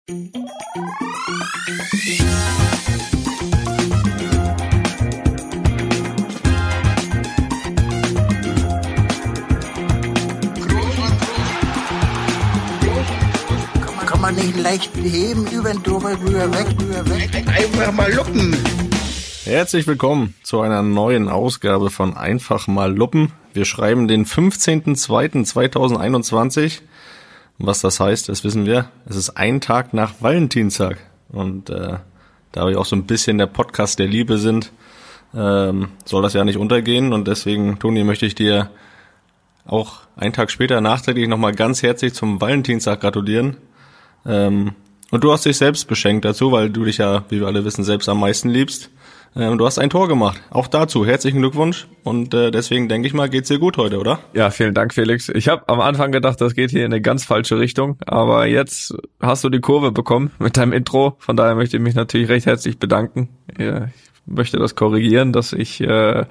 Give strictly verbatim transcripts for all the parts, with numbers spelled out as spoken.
Kann man nicht leicht heben, über den drüber, rüber, weg, rüber, weg. Einfach mal luppen. Herzlich willkommen zu einer neuen Ausgabe von Einfach mal luppen. Wir schreiben den fünfzehnten zweiten zweitausendeinundzwanzig. Was das heißt, das wissen wir. Es ist ein Tag nach Valentinstag. Und äh, da wir auch so ein bisschen der Podcast der Liebe sind, ähm, soll das ja nicht untergehen. Und deswegen, Toni, möchte ich dir auch einen Tag später nachträglich nochmal ganz herzlich zum Valentinstag gratulieren. Ähm, und du hast dich selbst beschenkt dazu, weil du dich ja, wie wir alle wissen, selbst am meisten liebst. Und du hast ein Tor gemacht. Auch dazu herzlichen Glückwunsch. Und äh, deswegen denke ich mal, geht's dir gut heute, oder? Ja, vielen Dank, Felix. Ich habe am Anfang gedacht, das geht hier in eine ganz falsche Richtung. Aber jetzt hast du die Kurve bekommen mit deinem Intro. Von daher möchte ich mich natürlich recht herzlich bedanken. Ja, ich möchte das korrigieren, dass ich äh,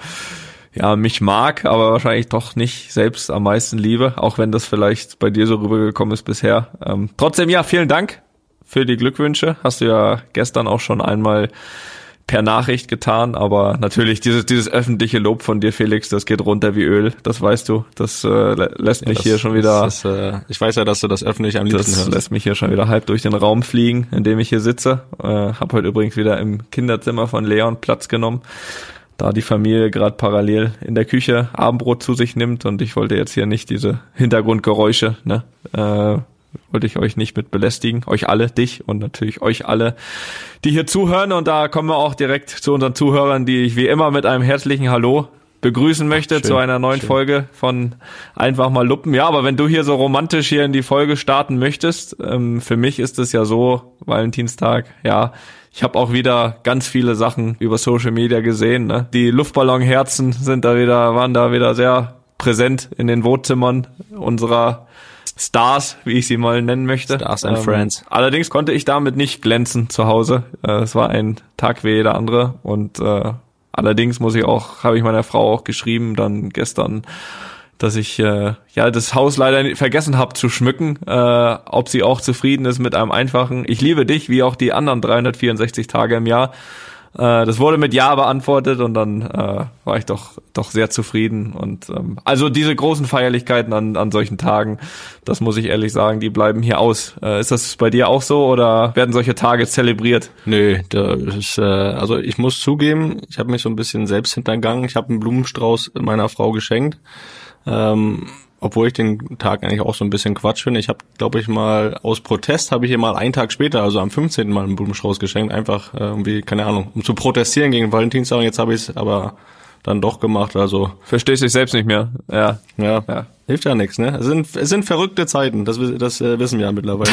ja mich mag, aber wahrscheinlich doch nicht selbst am meisten liebe. Auch wenn das vielleicht bei dir so rübergekommen ist bisher. Ähm, trotzdem, ja, vielen Dank für die Glückwünsche. Hast du ja gestern auch schon einmal per Nachricht getan, aber natürlich dieses dieses öffentliche Lob von dir, Felix, das geht runter wie Öl, das weißt du, das äh, lässt mich ja, das, hier schon wieder, das, äh, ich weiß ja, dass du das öffentlich am liebsten das hörst. lässt mich hier schon wieder halb durch den Raum fliegen, in dem ich hier sitze, äh, habe heute übrigens wieder im Kinderzimmer von Leon Platz genommen, da die Familie gerade parallel in der Küche Abendbrot zu sich nimmt und ich wollte jetzt hier nicht diese Hintergrundgeräusche, ne, äh, wollte ich euch nicht mit belästigen, euch alle, dich und natürlich euch alle, die hier zuhören. Und da kommen wir auch direkt zu unseren Zuhörern, die ich wie immer mit einem herzlichen Hallo begrüßen möchte. Schön, zu einer neuen schön. Folge von Einfach mal luppen. Ja, aber wenn du hier so romantisch hier in die Folge starten möchtest, ähm, für mich ist es ja so, Valentinstag, ja, ich habe auch wieder ganz viele Sachen über Social Media gesehen. Ne? Die Luftballonherzen sind da wieder, waren da wieder sehr präsent in den Wohnzimmern unserer Stars, wie ich sie mal nennen möchte. Stars and ähm, Friends. Allerdings konnte ich damit nicht glänzen zu Hause. Äh, es war ein Tag wie jeder andere und äh, allerdings muss ich auch, habe ich meiner Frau auch geschrieben, dann gestern, dass ich äh, ja das Haus leider vergessen habe zu schmücken, äh, ob sie auch zufrieden ist mit einem einfachen Ich liebe dich, wie auch die anderen dreihundertvierundsechzig Tage im Jahr. Das wurde mit Ja beantwortet und dann äh, war ich doch doch sehr zufrieden und ähm, also diese großen Feierlichkeiten an an solchen Tagen, das muss ich ehrlich sagen, die bleiben hier aus. Äh, ist das bei dir auch so oder werden solche Tage zelebriert? Nö, das ist, äh, also ich muss zugeben, ich habe mich so ein bisschen selbst hintergangen. Ich habe einen Blumenstrauß meiner Frau geschenkt. Ähm, Obwohl ich den Tag eigentlich auch so ein bisschen Quatsch finde. Ich habe, glaube ich, mal aus Protest habe ich ihr mal einen Tag später, also am fünfzehnten Mal einen Blumenstrauß geschenkt. Einfach äh, irgendwie, keine Ahnung, um zu protestieren gegen Valentinstag. Und jetzt habe ich es aber dann doch gemacht. Also verstehst dich selbst nicht mehr. Ja, ja, ja. Hilft ja nichts, ne? Es sind es sind verrückte Zeiten. Das das äh, wissen wir ja mittlerweile.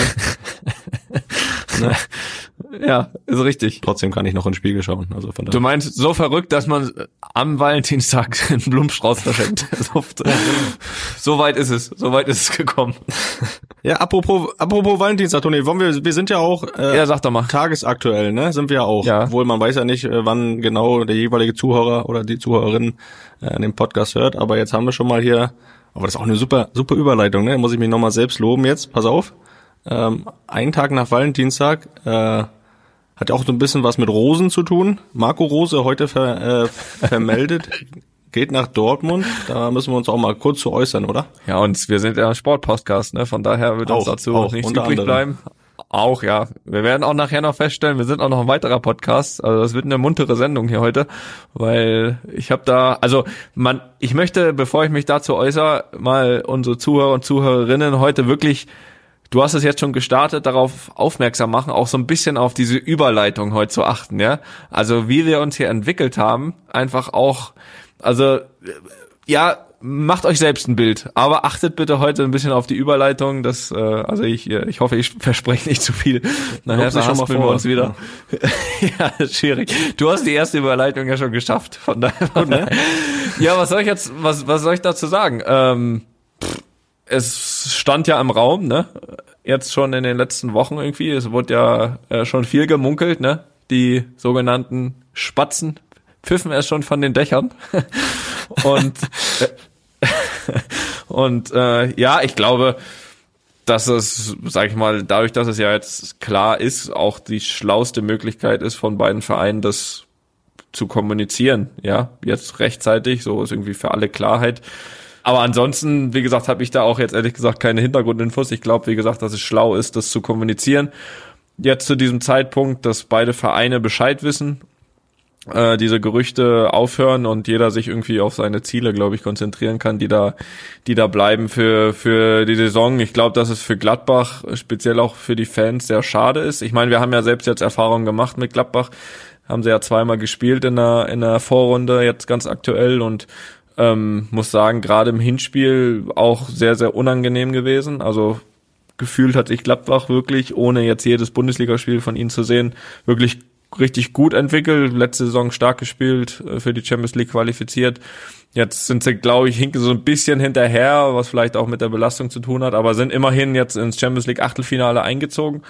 Ne? Ja, ist richtig. Trotzdem kann ich noch in den Spiegel schauen. Also von daher. Du meinst so verrückt, dass man am Valentinstag einen Blumenstrauß verschenkt. so, so weit ist es. So weit ist es gekommen. Ja, apropos apropos Valentinstag, Toni, wollen wir wir sind ja auch äh, ja, sag doch mal. tagesaktuell, ne? Sind wir ja auch. Ja. Obwohl man weiß ja nicht, wann genau der jeweilige Zuhörer oder die Zuhörerin äh, den Podcast hört, aber jetzt haben wir schon mal hier, aber das ist auch eine super super Überleitung, ne? Muss ich mich nochmal selbst loben jetzt. Pass auf. Ähm, einen Tag nach Valentinstag äh, hat auch so ein bisschen was mit Rosen zu tun. Marco Rose heute ver, äh, vermeldet, geht nach Dortmund. Da müssen wir uns auch mal kurz zu äußern, oder? Ja, und wir sind ja ein Sportpodcast, ne? Von daher wird uns auch, dazu auch, nichts übrig anderem. bleiben. Auch, ja. Wir werden auch nachher noch feststellen, wir sind auch noch ein weiterer Podcast. Also das wird eine muntere Sendung hier heute, weil ich habe da, also man, ich möchte, bevor ich mich dazu äußere, mal unsere Zuhörer und Zuhörerinnen heute wirklich, du hast es jetzt schon gestartet, darauf aufmerksam machen, auch so ein bisschen auf diese Überleitung heute zu achten, ja. Also wie wir uns hier entwickelt haben, einfach auch, also ja, macht euch selbst ein Bild, aber achtet bitte heute ein bisschen auf die Überleitung, das, äh, also ich ich hoffe, ich verspreche nicht zu viel. Nachher verhaspeln wir uns wieder. Ja, das ist schwierig. Du hast die erste Überleitung ja schon geschafft, von daher. Gut, ne? Ja, was soll ich jetzt, was was soll ich dazu sagen? Ähm, pff, es stand ja im Raum, ne? Jetzt schon in den letzten Wochen irgendwie, es wurde ja äh, schon viel gemunkelt, ne? Die sogenannten Spatzen pfiffen es schon von den Dächern. Und äh, und äh, ja, ich glaube, dass es, sag ich mal, dadurch, dass es ja jetzt klar ist, auch die schlauste Möglichkeit ist von beiden Vereinen, das zu kommunizieren, ja, jetzt rechtzeitig, so ist irgendwie für alle Klarheit. Aber ansonsten, wie gesagt, habe ich da auch jetzt ehrlich gesagt keine Hintergrundinfos. Ich glaube, wie gesagt, dass es schlau ist, das zu kommunizieren. Jetzt zu diesem Zeitpunkt, dass beide Vereine Bescheid wissen, äh, diese Gerüchte aufhören und jeder sich irgendwie auf seine Ziele, glaube ich, konzentrieren kann, die da, die da bleiben für für die Saison. Ich glaube, dass es für Gladbach, speziell auch für die Fans, sehr schade ist. Ich meine, wir haben ja selbst jetzt Erfahrungen gemacht mit Gladbach, haben sie ja zweimal gespielt in der in der Vorrunde, jetzt ganz aktuell, und ähm, muss sagen, gerade im Hinspiel auch sehr, sehr unangenehm gewesen. Also gefühlt hat sich Gladbach wirklich, ohne jetzt jedes Bundesligaspiel von ihnen zu sehen, wirklich richtig gut entwickelt. Letzte Saison stark gespielt, für die Champions League qualifiziert. Jetzt sind sie, glaube ich, hinken so ein bisschen hinterher, was vielleicht auch mit der Belastung zu tun hat, aber sind immerhin jetzt ins Champions League Achtelfinale eingezogen.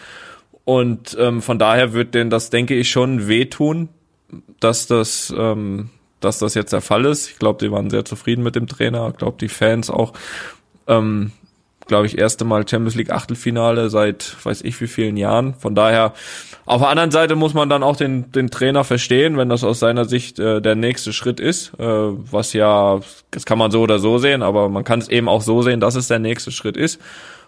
Und ähm, von daher wird denen das, denke ich, schon wehtun, dass das ähm, dass das jetzt der Fall ist. Ich glaube, die waren sehr zufrieden mit dem Trainer. Ich glaube, die Fans auch, ähm, glaube ich, erste Mal Champions League Achtelfinale seit weiß ich wie vielen Jahren. Von daher, auf der anderen Seite muss man dann auch den den Trainer verstehen, wenn das aus seiner Sicht äh, der nächste Schritt ist, äh, was ja, das kann man so oder so sehen, aber man kann es eben auch so sehen, dass es der nächste Schritt ist.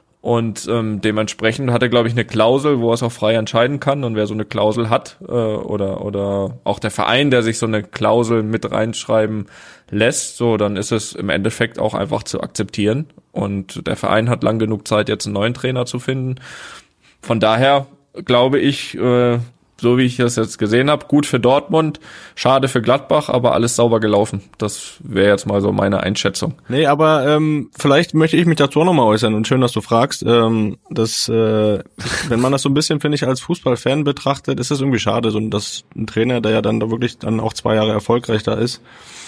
Und ähm, dementsprechend hat er, glaube ich, eine Klausel, wo er es auch frei entscheiden kann. Und wer so eine Klausel hat, äh, oder oder auch der Verein, der sich so eine Klausel mit reinschreiben lässt, so, dann ist es im Endeffekt auch einfach zu akzeptieren. Und der Verein hat lang genug Zeit, jetzt einen neuen Trainer zu finden. Von daher glaube ich, äh, so wie ich das jetzt gesehen habe, gut für Dortmund, schade für Gladbach, aber alles sauber gelaufen. Das wäre jetzt mal so meine Einschätzung. Nee, aber ähm, vielleicht möchte ich mich dazu auch nochmal äußern, und schön, dass du fragst. Ähm, dass, äh, wenn man das so ein bisschen, finde ich, als Fußballfan betrachtet, ist es irgendwie schade, so dass ein Trainer, der ja dann da wirklich dann auch zwei Jahre erfolgreich da ist,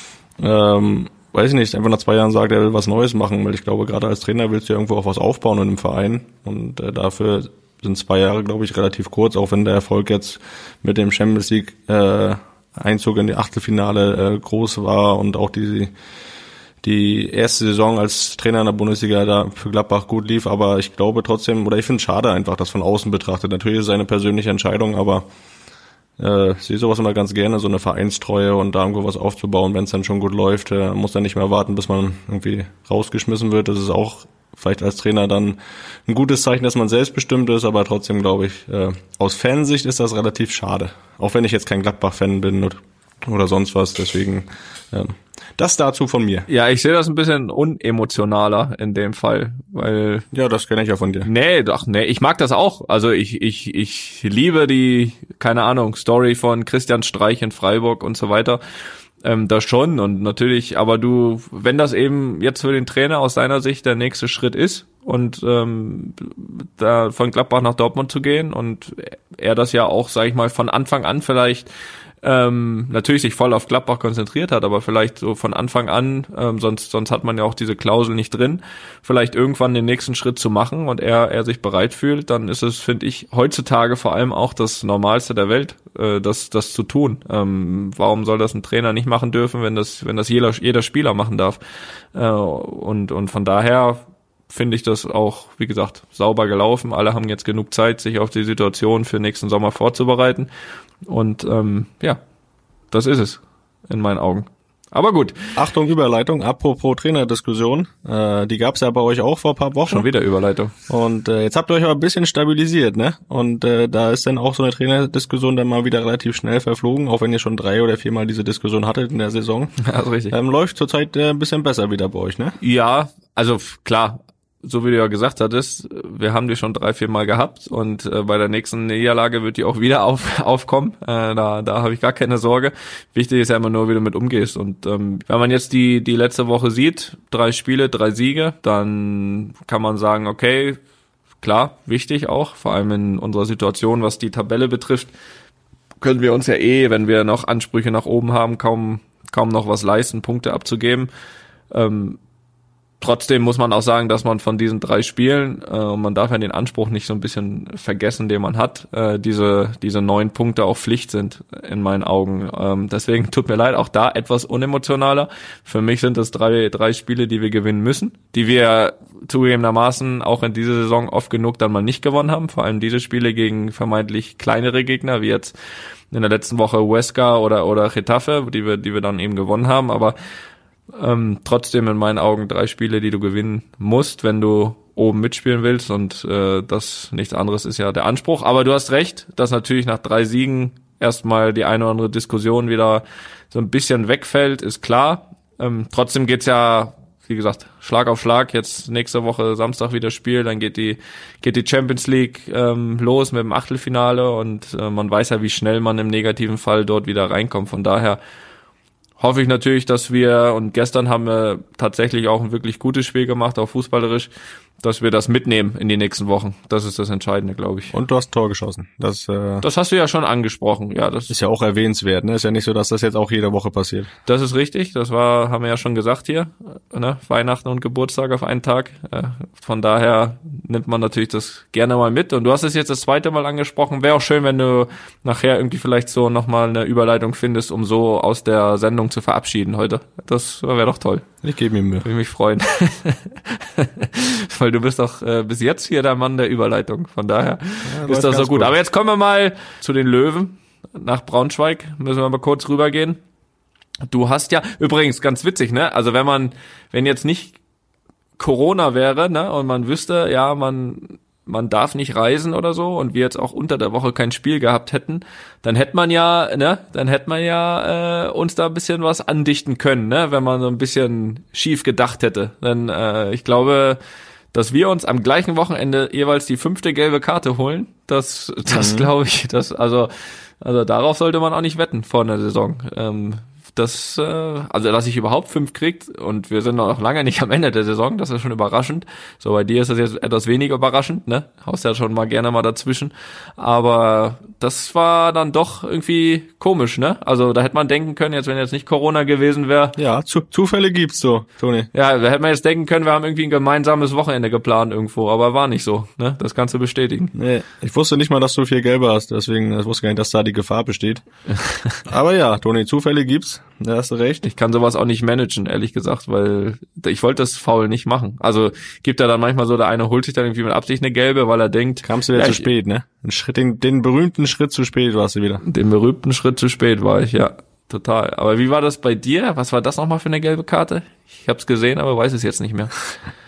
ähm, weiß ich nicht, einfach nach zwei Jahren sagt, er will was Neues machen, weil ich glaube, gerade als Trainer willst du ja irgendwo auch was aufbauen in einem Verein, und äh, dafür sind zwei Jahre, glaube ich, relativ kurz, auch wenn der Erfolg jetzt mit dem Champions League äh, Einzug in die Achtelfinale äh, groß war und auch die die erste Saison als Trainer in der Bundesliga da für Gladbach gut lief, aber ich glaube trotzdem, oder ich finde es schade einfach, das von außen betrachtet. Natürlich ist es eine persönliche Entscheidung, aber äh, ich sehe sowas immer ganz gerne, so eine Vereinstreue und da irgendwo was aufzubauen, wenn es dann schon gut läuft, äh, muss dann nicht mehr warten, bis man irgendwie rausgeschmissen wird. Das ist auch vielleicht als Trainer dann ein gutes Zeichen, dass man selbstbestimmt ist, aber trotzdem glaube ich, äh, aus Fansicht ist das relativ schade. Auch wenn ich jetzt kein Gladbach-Fan bin oder, oder sonst was, deswegen äh, das dazu von mir. Ja, ich sehe das ein bisschen unemotionaler in dem Fall, weil... Ja, das kenne ich ja von dir. Nee, doch, nee, ich mag das auch. Also ich ich ich liebe die, keine Ahnung, Story von Christian Streich in Freiburg und so weiter. Ähm, das schon, und natürlich, aber du, wenn das eben jetzt für den Trainer aus seiner Sicht der nächste Schritt ist und ähm, da von Gladbach nach Dortmund zu gehen und er das ja auch, sag ich mal, von Anfang an vielleicht ähm, natürlich sich voll auf Gladbach konzentriert hat, aber vielleicht so von Anfang an, ähm, sonst sonst hat man ja auch diese Klausel nicht drin, vielleicht irgendwann den nächsten Schritt zu machen und er er sich bereit fühlt, dann ist es, finde ich, heutzutage vor allem auch das Normalste der Welt, äh, das das zu tun. Ähm, warum soll das ein Trainer nicht machen dürfen, wenn das wenn das jeder jeder Spieler machen darf? Äh, und und von daher finde ich das auch, wie gesagt, sauber gelaufen. Alle haben jetzt genug Zeit, sich auf die Situation für nächsten Sommer vorzubereiten. Und ähm, ja, das ist es in meinen Augen. Aber gut. Achtung, Überleitung, apropos Trainerdiskussion. Äh, die gab's ja bei euch auch vor ein paar Wochen. Schon wieder Überleitung. Und äh, jetzt habt ihr euch aber ein bisschen stabilisiert, ne? Und äh, da ist dann auch so eine Trainerdiskussion dann mal wieder relativ schnell verflogen, auch wenn ihr schon drei oder viermal diese Diskussion hattet in der Saison. Ja, ist richtig. Ähm, läuft zurzeit äh, ein bisschen besser wieder bei euch, ne? Ja, also klar. So wie du ja gesagt hattest, wir haben die schon drei, vier Mal gehabt und äh, bei der nächsten Niederlage wird die auch wieder auf, aufkommen. Äh, da da habe ich gar keine Sorge. Wichtig ist ja immer nur, wie du mit umgehst. Und ähm, wenn man jetzt die die letzte Woche sieht, drei Spiele, drei Siege, dann kann man sagen, okay, klar, wichtig auch, vor allem in unserer Situation, was die Tabelle betrifft, können wir uns ja eh, wenn wir noch Ansprüche nach oben haben, kaum kaum noch was leisten, Punkte abzugeben. Ähm, Trotzdem muss man auch sagen, dass man von diesen drei Spielen, äh, man darf ja den Anspruch nicht so ein bisschen vergessen, den man hat, äh, diese diese neun Punkte auch Pflicht sind in meinen Augen. Ähm, deswegen tut mir leid, auch da etwas unemotionaler. Für mich sind das drei drei Spiele, die wir gewinnen müssen, die wir zugegebenermaßen auch in dieser Saison oft genug dann mal nicht gewonnen haben. Vor allem diese Spiele gegen vermeintlich kleinere Gegner, wie jetzt in der letzten Woche Huesca oder oder Getafe, die wir die wir dann eben gewonnen haben. Aber Ähm, trotzdem in meinen Augen drei Spiele, die du gewinnen musst, wenn du oben mitspielen willst, und äh, das nichts anderes ist ja der Anspruch. Aber du hast recht, dass natürlich nach drei Siegen erstmal die eine oder andere Diskussion wieder so ein bisschen wegfällt, ist klar. Ähm, trotzdem geht's ja, wie gesagt, Schlag auf Schlag. Jetzt nächste Woche Samstag wieder Spiel, dann geht die geht die Champions League ähm, los mit dem Achtelfinale, und äh, man weiß ja, wie schnell man im negativen Fall dort wieder reinkommt. Von daher hoffe ich natürlich, dass wir, und gestern haben wir tatsächlich auch ein wirklich gutes Spiel gemacht, auch fußballerisch, dass wir das mitnehmen in die nächsten Wochen. Das ist das Entscheidende, glaube ich. Und du hast ein Tor geschossen. Das, äh, das hast du ja schon angesprochen. Ja, das ist ja auch erwähnenswert. Ne? Ist ja nicht so, dass das jetzt auch jede Woche passiert. Das ist richtig. Das war, haben wir ja schon gesagt hier, ne? Weihnachten und Geburtstag auf einen Tag. Äh, von daher nimmt man natürlich das gerne mal mit. Und du hast es jetzt das zweite Mal angesprochen. Wäre auch schön, wenn du nachher irgendwie vielleicht so nochmal eine Überleitung findest, um so aus der Sendung zu verabschieden heute. Das wäre doch toll. Ich gebe mir Mühe. Würde mich freuen. Weil du bist doch äh, bis jetzt hier der Mann der Überleitung. Von daher ja, ist das so gut. gut. Aber jetzt kommen wir mal zu den Löwen. Nach Braunschweig müssen wir mal kurz rübergehen. Du hast ja, übrigens ganz witzig, ne? Also wenn man, wenn jetzt nicht Corona wäre, ne, und man wüsste, ja, man man darf nicht reisen oder so, und wir jetzt auch unter der Woche kein Spiel gehabt hätten, dann hätte man ja, ne, dann hätte man ja äh, uns da ein bisschen was andichten können, ne, wenn man so ein bisschen schief gedacht hätte. Denn äh, ich glaube, dass wir uns am gleichen Wochenende jeweils die fünfte gelbe Karte holen, das, das mhm. glaube ich, das, also, also darauf sollte man auch nicht wetten vor einer Saison. Ähm, Das, äh, also dass ich überhaupt fünf kriegt, und wir sind noch lange nicht am Ende der Saison, das ist schon überraschend. So, bei dir ist das jetzt etwas weniger überraschend, ne? Haust ja schon mal gerne mal dazwischen. Aber das war dann doch irgendwie komisch, ne? Also da hätte man denken können, jetzt wenn jetzt nicht Corona gewesen wäre. Ja, zu, Zufälle gibt's so, Toni. Ja, da hätte man jetzt denken können, wir haben irgendwie ein gemeinsames Wochenende geplant irgendwo, aber war nicht so, ne? Das kannst du bestätigen. Nee, ich wusste nicht mal, dass du vier Gelbe hast, deswegen, ich wusste gar nicht, dass da die Gefahr besteht. Aber ja, Toni, Zufälle gibt's. Da hast du recht. Ich kann sowas auch nicht managen, ehrlich gesagt, weil ich wollte das Foul nicht machen. Also gibt er dann manchmal so, der eine holt sich dann irgendwie mit Absicht eine gelbe, weil er denkt... Kamst du wieder ja, zu spät, ne? Den, Schritt, den, den berühmten Schritt zu spät warst du wieder. Den berühmten Schritt zu spät war ich, ja. Total. Aber wie war das bei dir? Was war das nochmal für eine gelbe Karte? Ich hab's gesehen, aber weiß es jetzt nicht mehr.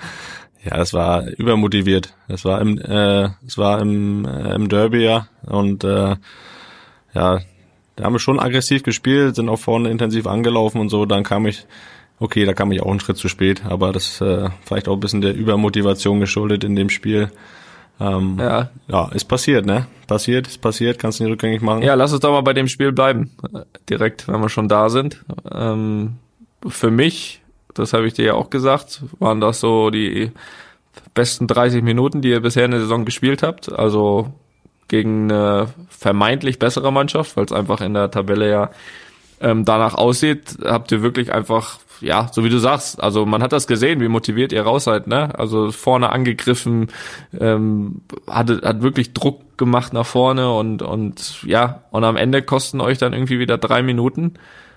Ja, es war übermotiviert. Es war im, äh, es war im, äh, im Derby, ja. Und äh, ja... Da haben wir schon aggressiv gespielt, sind auch vorne intensiv angelaufen und so. Dann kam ich, okay, da kam ich auch einen Schritt zu spät, aber das äh, vielleicht auch ein bisschen der Übermotivation geschuldet in dem Spiel. Ähm, ja. ja, ist passiert, ne? Passiert, ist passiert, kannst du nicht rückgängig machen. Ja, lass uns doch mal bei dem Spiel bleiben, direkt, wenn wir schon da sind. Ähm, für mich, das habe ich dir ja auch gesagt, waren das so die besten dreißig Minuten, die ihr bisher in der Saison gespielt habt. Also gegen eine vermeintlich bessere Mannschaft, weil es einfach in der Tabelle ja ähm, danach aussieht, habt ihr wirklich einfach, ja, so wie du sagst, also man hat das gesehen, wie motiviert ihr raus seid, ne? Also vorne angegriffen, ähm, hat, hat wirklich Druck gemacht nach vorne, und und ja, und am Ende kosten euch dann irgendwie wieder drei Minuten,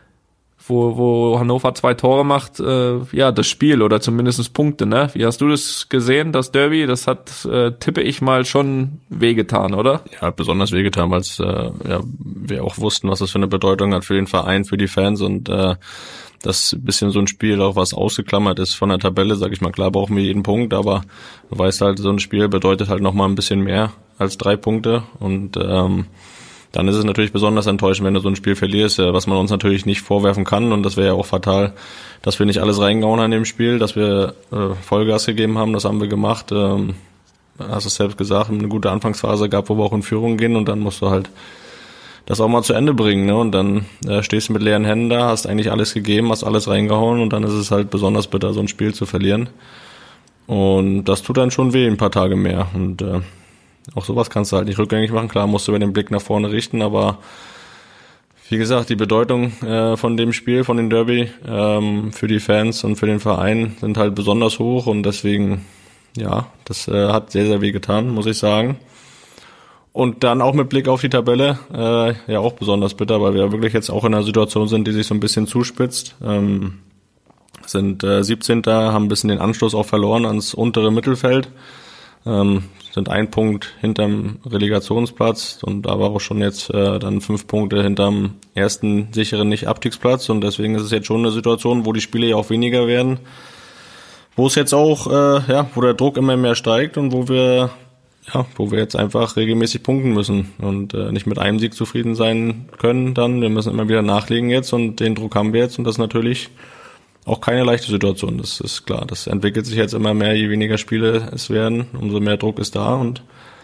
wo wo Hannover zwei Tore macht, äh, ja, das Spiel oder zumindest Punkte, ne? Wie hast du das gesehen, das Derby? Das hat, äh, tippe ich mal, schon wehgetan, oder? Ja, besonders wehgetan, weil es, äh, ja, wir auch wussten, was das für eine Bedeutung hat für den Verein, für die Fans, und äh, das bisschen so ein Spiel auch, was ausgeklammert ist von der Tabelle, sag ich mal, klar brauchen wir jeden Punkt, aber du weißt halt, so ein Spiel bedeutet halt nochmal ein bisschen mehr als drei Punkte, und ähm, dann ist es natürlich besonders enttäuschend, wenn du so ein Spiel verlierst, was man uns natürlich nicht vorwerfen kann, und das wäre ja auch fatal, dass wir nicht alles reingehauen an dem Spiel, dass wir äh, Vollgas gegeben haben, das haben wir gemacht. Ähm, hast du selbst gesagt, eine gute Anfangsphase gab, wo wir auch in Führung gehen, und dann musst du halt das auch mal zu Ende bringen, ne? Und dann äh, stehst du mit leeren Händen da, hast eigentlich alles gegeben, hast alles reingehauen, und dann ist es halt besonders bitter, so ein Spiel zu verlieren. Und das tut dann schon weh, ein paar Tage mehr, und äh, auch sowas kannst du halt nicht rückgängig machen. Klar musst du über den Blick nach vorne richten, aber Wie gesagt, die Bedeutung äh, von dem Spiel, von dem Derby ähm, für die Fans und für den Verein sind halt besonders hoch und deswegen, ja, das äh, hat sehr, sehr weh getan, muss ich sagen. Und dann auch mit Blick auf die Tabelle, äh, ja auch besonders bitter, weil wir wirklich jetzt auch in einer Situation sind, die sich so ein bisschen zuspitzt. Ähm, sind äh, siebzehnter, haben ein bisschen den Anschluss auch verloren ans untere Mittelfeld, ähm, sind ein Punkt hinterm Relegationsplatz und da war auch schon jetzt äh, dann fünf Punkte hinterm ersten sicheren Nicht-Abstiegsplatz und deswegen ist es jetzt schon eine Situation, wo die Spiele ja auch weniger werden, wo es jetzt auch, äh, ja, wo der Druck immer mehr steigt und wo wir Ja, wo wir jetzt einfach regelmäßig punkten müssen und äh, nicht mit einem Sieg zufrieden sein können dann. Wir müssen immer wieder nachlegen jetzt und den Druck haben wir jetzt und das ist natürlich auch keine leichte Situation, das ist klar. Das entwickelt sich jetzt immer mehr, je weniger Spiele es werden, umso mehr Druck ist da und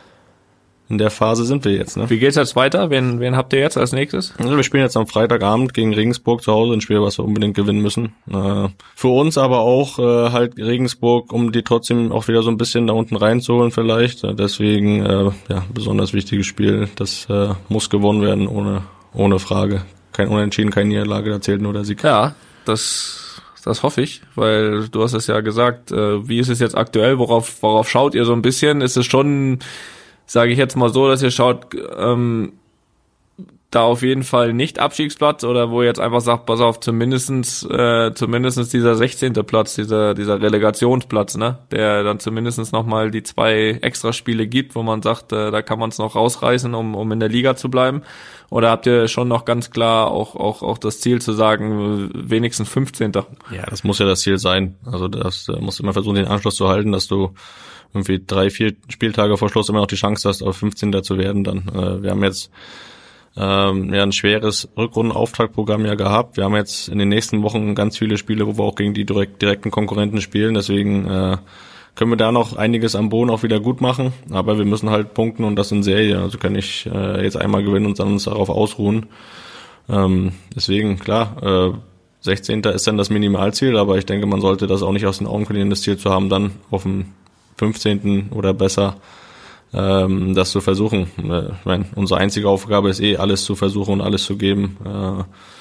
in der Phase sind wir jetzt. Ne? Wie geht's jetzt weiter? Wen, wen habt ihr jetzt als nächstes? Also wir spielen jetzt am Freitagabend gegen Regensburg zu Hause, ein Spiel, was wir unbedingt gewinnen müssen. Äh, für uns aber auch äh, halt Regensburg, um die trotzdem auch wieder so ein bisschen da unten reinzuholen vielleicht. Äh, deswegen äh, ja besonders wichtiges Spiel. Das äh, muss gewonnen werden, ohne ohne Frage. Kein Unentschieden, keine Niederlage, da zählt nur der Sieg. Ja, das das hoffe ich, weil du hast es ja gesagt. Äh, wie ist es jetzt aktuell? Worauf worauf schaut ihr so ein bisschen? Ist es schon, sage ich jetzt mal so, dass ihr schaut, ähm, da auf jeden Fall nicht Abstiegsplatz oder wo ihr jetzt einfach sagt, pass auf, zumindestens, äh, zumindestens dieser sechzehnte Platz, dieser, dieser Relegationsplatz, ne, der dann zumindestens nochmal die zwei Extraspiele gibt, wo man sagt, äh, da kann man es noch rausreißen, um, um in der Liga zu bleiben? Oder habt ihr schon noch ganz klar auch, auch, auch das Ziel zu sagen, wenigstens fünfzehnter? Ja, das muss ja das Ziel sein. Also das äh, musst du immer versuchen, den Anschluss zu halten, dass du irgendwie drei, vier Spieltage vor Schluss immer noch die Chance hast, auf fünfzehnter zu werden dann. Äh, wir haben jetzt ähm, ja ein schweres Rückrundenauftaktprogramm ja gehabt. Wir haben jetzt in den nächsten Wochen ganz viele Spiele, wo wir auch gegen die direkt, direkten Konkurrenten spielen. Deswegen äh, können wir da noch einiges am Boden auch wieder gut machen. Aber wir müssen halt punkten und das in Serie. Also kann ich äh, jetzt einmal gewinnen und dann uns darauf ausruhen. Ähm, deswegen, klar, äh, sechzehnter ist dann das Minimalziel, aber ich denke, man sollte das auch nicht aus den Augen verlieren, das Ziel zu haben, dann auf dem fünfzehnten oder besser ähm, das zu versuchen. Äh, ich meine, unsere einzige Aufgabe ist eh, alles zu versuchen und alles zu geben. Äh,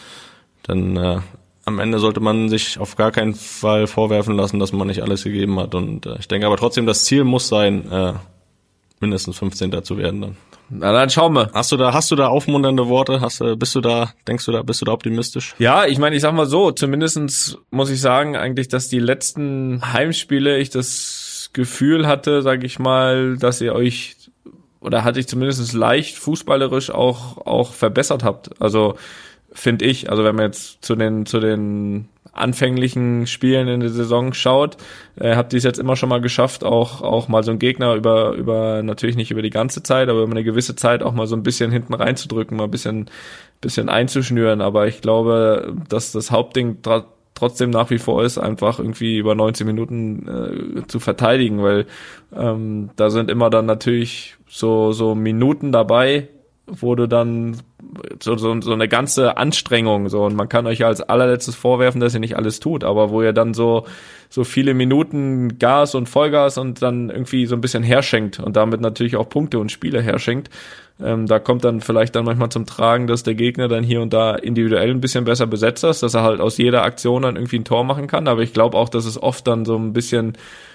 dann äh, am Ende sollte man sich auf gar keinen Fall vorwerfen lassen, dass man nicht alles gegeben hat. Und äh, ich denke aber trotzdem, das Ziel muss sein, äh, mindestens fünfzehnter zu werden dann. Na dann schauen wir. Hast du da, hast du da aufmunternde Worte? Hast du, bist du da, denkst du da, bist du da optimistisch? Ja, ich meine, ich sag mal so, zumindestens muss ich sagen eigentlich, dass die letzten Heimspiele ich das Gefühl hatte, sage ich mal, dass ihr euch, oder hatte ich zumindest leicht fußballerisch auch auch verbessert habt. Also finde ich, also wenn man jetzt zu den zu den anfänglichen Spielen in der Saison schaut, äh, habt ihr es jetzt immer schon mal geschafft, auch auch mal so einen Gegner über über natürlich nicht über die ganze Zeit, aber über eine gewisse Zeit auch mal so ein bisschen hinten reinzudrücken, mal ein bisschen bisschen einzuschnüren. Aber ich glaube, dass das Hauptding tra- trotzdem nach wie vor ist, einfach irgendwie über neunzig Minuten äh, zu verteidigen, weil ähm, da sind immer dann natürlich so so Minuten dabei, wo du dann so, so, so eine ganze Anstrengung, so, und man kann euch ja als allerletztes vorwerfen, dass ihr nicht alles tut, aber wo ihr dann so so viele Minuten Gas und Vollgas und dann irgendwie so ein bisschen herschenkt und damit natürlich auch Punkte und Spiele herschenkt, ähm, da kommt dann vielleicht dann manchmal zum Tragen, dass der Gegner dann hier und da individuell ein bisschen besser besetzt ist, dass er halt aus jeder Aktion dann irgendwie ein Tor machen kann, aber ich glaube auch, dass es oft dann so ein bisschen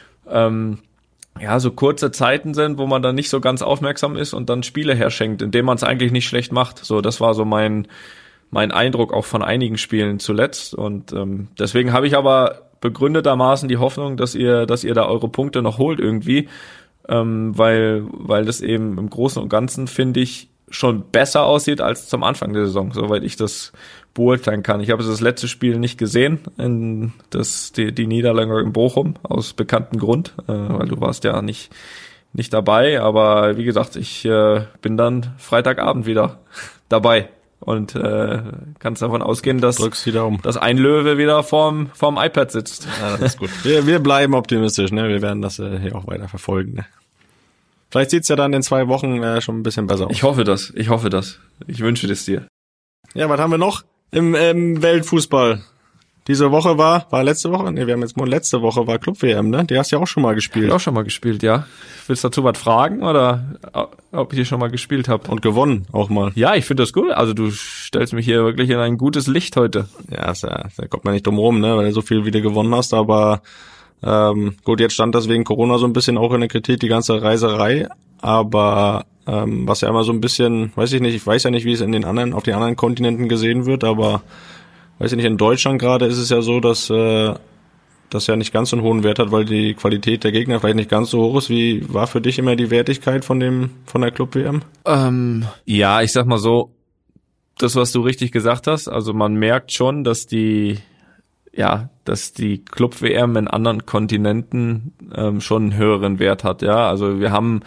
ähm, ja, so kurze Zeiten sind, wo man dann nicht so ganz aufmerksam ist und dann Spiele herschenkt, indem man es eigentlich nicht schlecht macht. So, das war so mein mein Eindruck auch von einigen Spielen zuletzt. Und ähm, deswegen habe ich aber begründetermaßen die Hoffnung, dass ihr dass ihr da eure Punkte noch holt irgendwie, ähm, weil weil das eben im Großen und Ganzen, finde ich, schon besser aussieht als zum Anfang der Saison, soweit ich das beurteilen kann. Ich habe das letzte Spiel nicht gesehen, in das die, die Niederlage in Bochum, aus bekanntem Grund, äh, weil du warst ja nicht nicht dabei, aber wie gesagt, ich äh, bin dann Freitagabend wieder dabei und äh, kannst davon ausgehen, dass, dass ein Löwe wieder vorm, vorm iPad sitzt. Ja, das ist gut. Wir, wir bleiben optimistisch, ne? Wir werden das äh, hier auch weiter verfolgen, ne? Vielleicht sieht's ja dann in zwei Wochen äh, schon ein bisschen besser aus. Ich hoffe das, ich hoffe das. Ich wünsche das dir. Ja, was haben wir noch im ähm, Weltfußball? diese Woche war, war letzte Woche? Nee, wir haben jetzt mal letzte Woche war Club-W M, ne? Die hast du ja auch schon mal gespielt. Ich hab auch schon mal gespielt, ja. Willst du dazu was fragen oder ob ich die schon mal gespielt habe? Und gewonnen auch mal. Ja, ich finde das gut. Also du stellst mich hier wirklich in ein gutes Licht heute. Ja, da, da kommt man nicht drum rum, ne? Weil du so viel wieder gewonnen hast, aber ähm, gut, jetzt stand das wegen Corona so ein bisschen auch in der Kritik, die ganze Reiserei, aber ähm, was ja immer so ein bisschen, weiß ich nicht, ich weiß ja nicht, wie es in den anderen, auf den anderen Kontinenten gesehen wird, aber weiß ich nicht, in Deutschland gerade ist es ja so, dass äh, das ja nicht ganz so einen hohen Wert hat, weil die Qualität der Gegner vielleicht nicht ganz so hoch ist. Wie war für dich immer die Wertigkeit von dem von der Club-W M? Ähm, ja, ich sag mal so, das, was du richtig gesagt hast, also man merkt schon, dass die ja, dass die Club-W M in anderen Kontinenten ähm, schon einen höheren Wert hat, ja. Also wir haben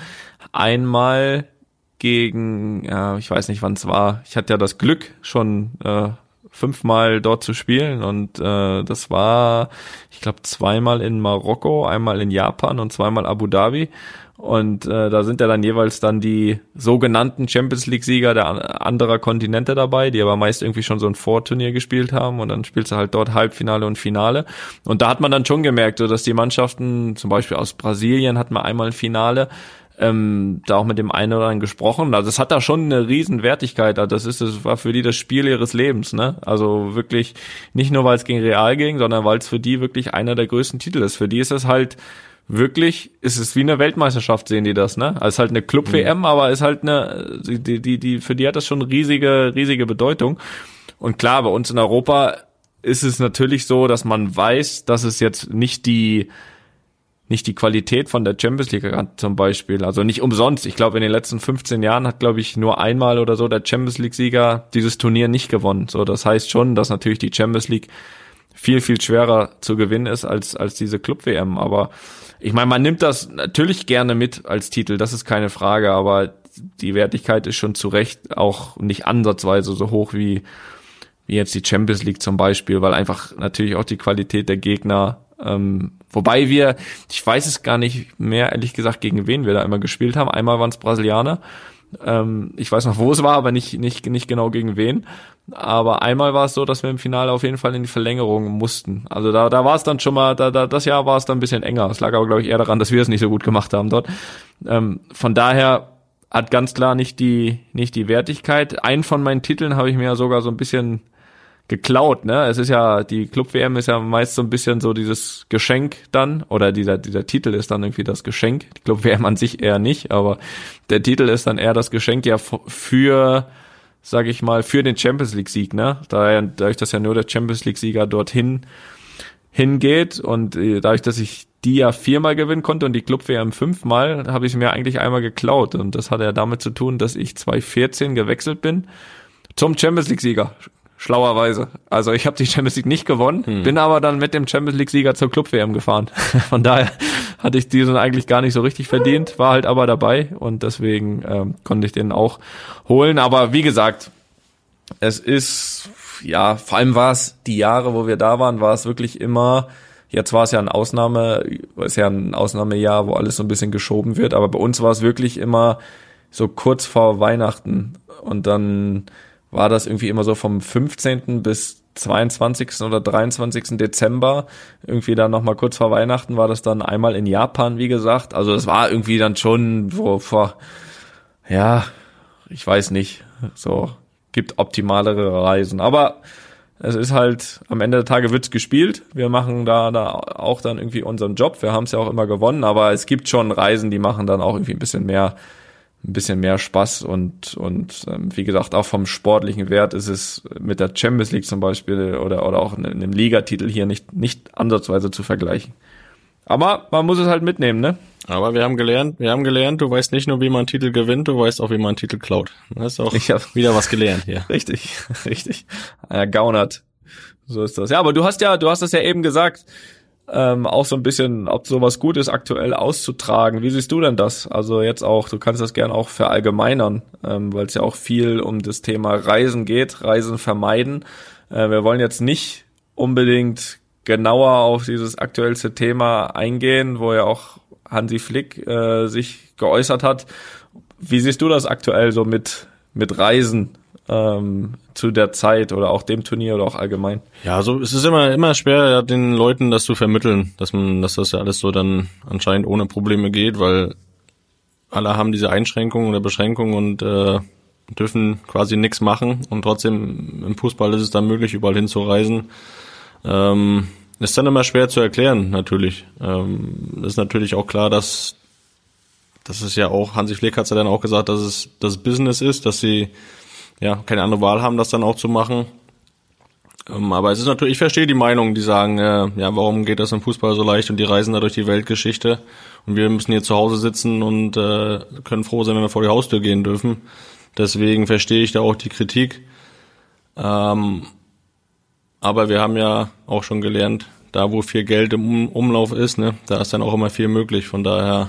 einmal gegen, ja, ich weiß nicht, wann es war, ich hatte ja das Glück, schon äh, fünfmal dort zu spielen und äh, das war, ich glaube, zweimal in Marokko, einmal in Japan und zweimal Abu Dhabi. Und äh, da sind ja dann jeweils dann die sogenannten Champions-League-Sieger der anderer Kontinente dabei, die aber meist irgendwie schon so ein Vorturnier gespielt haben und dann spielst du halt dort Halbfinale und Finale. Und da hat man dann schon gemerkt, so dass die Mannschaften, zum Beispiel aus Brasilien hatten wir einmal ein Finale, ähm, da auch mit dem einen oder anderen gesprochen. Also das hat da schon eine riesen Wertigkeit. Also das ist, das war für die das Spiel ihres Lebens, ne? Also wirklich nicht nur, weil es gegen Real ging, sondern weil es für die wirklich einer der größten Titel ist. Für die ist es halt wirklich, ist es wie eine Weltmeisterschaft, sehen die das, ne? Also es ist halt eine Club-W M, mhm. aber ist halt eine, die, die, die, für die hat das schon riesige, riesige Bedeutung. Und klar, bei uns in Europa ist es natürlich so, dass man weiß, dass es jetzt nicht die, nicht die Qualität von der Champions League hat, zum Beispiel. Also nicht umsonst. Ich glaube, in den letzten fünfzehn Jahren hat, glaube ich, nur einmal oder so der Champions League-Sieger dieses Turnier nicht gewonnen. So, das heißt schon, dass natürlich die Champions League viel, viel schwerer zu gewinnen ist als, als diese Club-W M. Aber ich meine, man nimmt das natürlich gerne mit als Titel, das ist keine Frage, aber die Wertigkeit ist schon zu Recht auch nicht ansatzweise so hoch wie, wie jetzt die Champions League zum Beispiel, weil einfach natürlich auch die Qualität der Gegner, ähm, wobei wir, ich weiß es gar nicht mehr, ehrlich gesagt, gegen wen wir da immer gespielt haben. Einmal waren es Brasilianer. Ähm, ich weiß noch, wo es war, aber nicht, nicht, nicht genau gegen wen. Aber einmal war es so, dass wir im Finale auf jeden Fall in die Verlängerung mussten. Also da, da war es dann schon mal, da, da, das Jahr war es dann ein bisschen enger. Es lag aber, glaube ich, eher daran, dass wir es nicht so gut gemacht haben dort. Ähm, von daher hat ganz klar nicht die, nicht die Wertigkeit. Einen von meinen Titeln habe ich mir ja sogar so ein bisschen geklaut, ne? Es ist ja, die Club-W M ist ja meist so ein bisschen so dieses Geschenk dann, oder dieser, dieser Titel ist dann irgendwie das Geschenk. Die Club-W M an sich eher nicht, aber der Titel ist dann eher das Geschenk ja für, sag ich mal, für den Champions League-Sieg, ne? Dadurch, dass ja nur der Champions League-Sieger dorthin hingeht und dadurch, dass ich die ja viermal gewinnen konnte und die Club-W M fünfmal, habe ich mir eigentlich einmal geklaut. Und das hat ja damit zu tun, dass ich zwanzig vierzehn gewechselt bin zum Champions League-Sieger. Schlauerweise. Also ich habe die Champions League nicht gewonnen, hm. bin aber dann mit dem Champions League-Sieger zur Club-W M gefahren. Von daher hatte ich diesen eigentlich gar nicht so richtig verdient, war halt aber dabei und deswegen ähm, konnte ich den auch holen. Aber wie gesagt, es ist, ja, vor allem war es die Jahre, wo wir da waren, war es wirklich immer, jetzt war es ja ein Ausnahme, ist ja ein Ausnahmejahr, wo alles so ein bisschen geschoben wird, aber bei uns war es wirklich immer so kurz vor Weihnachten und dann war das irgendwie immer so vom fünfzehnten bis zweiundzwanzigsten oder dreiundzwanzigsten Dezember, irgendwie dann nochmal kurz vor Weihnachten war das dann einmal in Japan, wie gesagt. Also das war irgendwie dann schon so vor, ja, ich weiß nicht, so gibt optimalere Reisen. Aber es ist halt, am Ende der Tage wird's gespielt. Wir machen da, da auch dann irgendwie unseren Job. Wir haben es ja auch immer gewonnen, aber es gibt schon Reisen, die machen dann auch irgendwie ein bisschen mehr ein bisschen mehr Spaß und und ähm, wie gesagt, auch vom sportlichen Wert ist es mit der Champions League zum Beispiel oder oder auch in einem Ligatitel hier nicht nicht ansatzweise zu vergleichen. Aber man muss es halt mitnehmen, ne? Aber wir haben gelernt, wir haben gelernt, du weißt nicht nur, wie man einen Titel gewinnt, du weißt auch, wie man einen Titel klaut. Das ist auch ich hab, wieder was gelernt hier. Richtig, richtig. Er gaunert. So ist das. Ja, aber du hast ja, du hast das ja eben gesagt, Ähm, auch so ein bisschen, ob sowas gut ist, aktuell auszutragen. Wie siehst du denn das? Also jetzt auch, du kannst das gerne auch verallgemeinern, ähm, weil es ja auch viel um das Thema Reisen geht, Reisen vermeiden. Äh, wir wollen jetzt nicht unbedingt genauer auf dieses aktuellste Thema eingehen, wo ja auch Hansi Flick äh, sich geäußert hat. Wie siehst du das aktuell so mit mit Reisen? ähm, zu der Zeit oder auch dem Turnier oder auch allgemein. Ja, also es ist immer immer schwer, ja, den Leuten das zu vermitteln, dass man, dass das ja alles so dann anscheinend ohne Probleme geht, weil alle haben diese Einschränkungen oder Beschränkungen und äh, dürfen quasi nichts machen und trotzdem im Fußball ist es dann möglich, überall hinzureisen. Ähm, ist dann immer schwer zu erklären, natürlich. Ähm, ist natürlich auch klar, dass das ist ja auch, Hansi Flick hat es ja dann auch gesagt, dass es das Business ist, dass sie ja keine andere Wahl haben, das dann auch zu machen. Ähm, aber es ist natürlich, ich verstehe die Meinung, die sagen, äh, ja, warum geht das im Fußball so leicht und die reisen da durch die Weltgeschichte und wir müssen hier zu Hause sitzen und äh, können froh sein, wenn wir vor die Haustür gehen dürfen. Deswegen verstehe ich da auch die Kritik. Ähm, aber wir haben ja auch schon gelernt, da wo viel Geld im Umlauf ist, ne, da ist dann auch immer viel möglich. Von daher,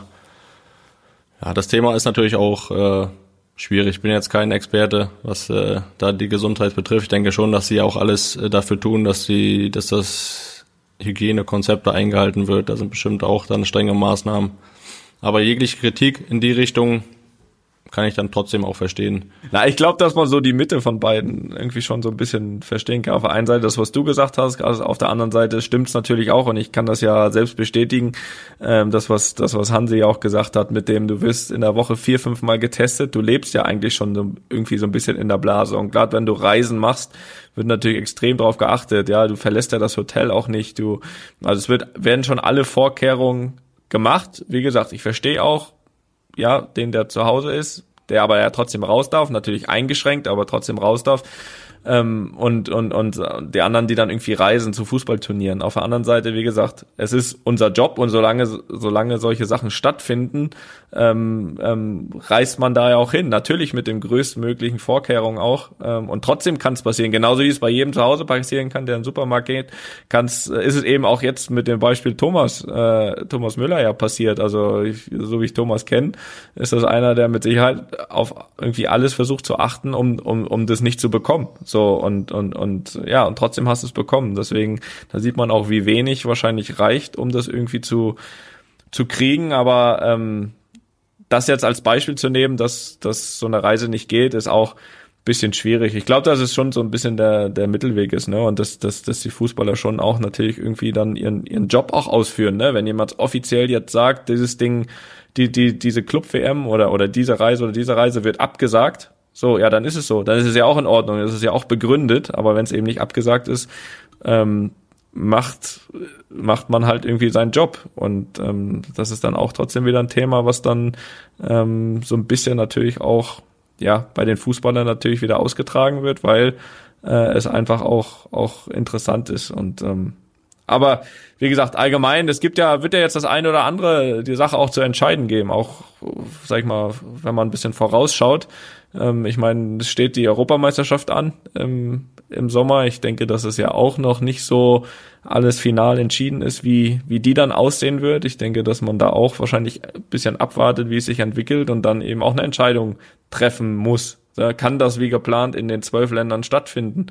ja, das Thema ist natürlich auch äh, schwierig. Ich bin jetzt kein Experte, was äh, da die Gesundheit betrifft. Ich denke schon, dass sie auch alles äh, dafür tun, dass sie, dass das Hygienekonzept da eingehalten wird. Da sind bestimmt auch dann strenge Maßnahmen. Aber jegliche Kritik in die Richtung kann ich dann trotzdem auch verstehen. Na, ich glaube, dass man so die Mitte von beiden irgendwie schon so ein bisschen verstehen kann. Auf der einen Seite das, was du gesagt hast, also auf der anderen Seite stimmt's natürlich auch und ich kann das ja selbst bestätigen. Ähm, das, was das, was Hansi ja auch gesagt hat, mit dem du wirst in der Woche vier, fünf Mal getestet. Du lebst ja eigentlich schon so, irgendwie so ein bisschen in der Blase und gerade wenn du Reisen machst, wird natürlich extrem drauf geachtet. Ja, du verlässt ja das Hotel auch nicht. Du, also es wird werden schon alle Vorkehrungen gemacht. Wie gesagt, ich verstehe auch, ja, den, der zu Hause ist, der aber ja trotzdem raus darf, natürlich eingeschränkt, aber trotzdem raus darf. Ähm, und, und, und die anderen, die dann irgendwie reisen zu Fußballturnieren. Auf der anderen Seite, wie gesagt, es ist unser Job und solange, solange solche Sachen stattfinden, ähm, ähm, reist man da ja auch hin. Natürlich mit den größtmöglichen Vorkehrungen auch. Ähm, und trotzdem kann es passieren. Genauso wie es bei jedem zu Hause passieren kann, der in den Supermarkt geht, kann's, ist es eben auch jetzt mit dem Beispiel Thomas, äh, Thomas Müller ja passiert. Also, ich, so wie ich Thomas kenne, ist das einer, der mit Sicherheit auf irgendwie alles versucht zu achten, um, um, um das nicht zu bekommen. So, und, und, und, ja, und trotzdem hast du es bekommen. Deswegen, da sieht man auch, wie wenig wahrscheinlich reicht, um das irgendwie zu, zu kriegen. Aber, ähm, das jetzt als Beispiel zu nehmen, dass, dass so eine Reise nicht geht, ist auch ein bisschen schwierig. Ich glaube, dass es schon so ein bisschen der, der Mittelweg ist, ne, und dass, dass, dass die Fußballer schon auch natürlich irgendwie dann ihren, ihren Job auch ausführen, ne, wenn jemand offiziell jetzt sagt, dieses Ding, die, die, diese Club-W M oder, oder diese Reise oder diese Reise wird abgesagt, so, ja, dann ist es so. Dann ist es ja auch in Ordnung. Das ist ja auch begründet. Aber wenn es eben nicht abgesagt ist, ähm, macht macht man halt irgendwie seinen Job. Und ähm, das ist dann auch trotzdem wieder ein Thema, was dann ähm, so ein bisschen natürlich auch ja bei den Fußballern natürlich wieder ausgetragen wird, weil äh, es einfach auch auch interessant ist. Und ähm, aber wie gesagt, allgemein, es gibt ja, wird ja jetzt das eine oder andere, die Sache auch zu entscheiden geben, auch, sag ich mal, wenn man ein bisschen vorausschaut. Ähm, ich meine, es steht die Europameisterschaft an im, im Sommer. Ich denke, dass es ja auch noch nicht so alles final entschieden ist, wie, wie die dann aussehen wird. Ich denke, dass man da auch wahrscheinlich ein bisschen abwartet, wie es sich entwickelt und dann eben auch eine Entscheidung treffen muss. Da kann das wie geplant in den zwölf Ländern stattfinden?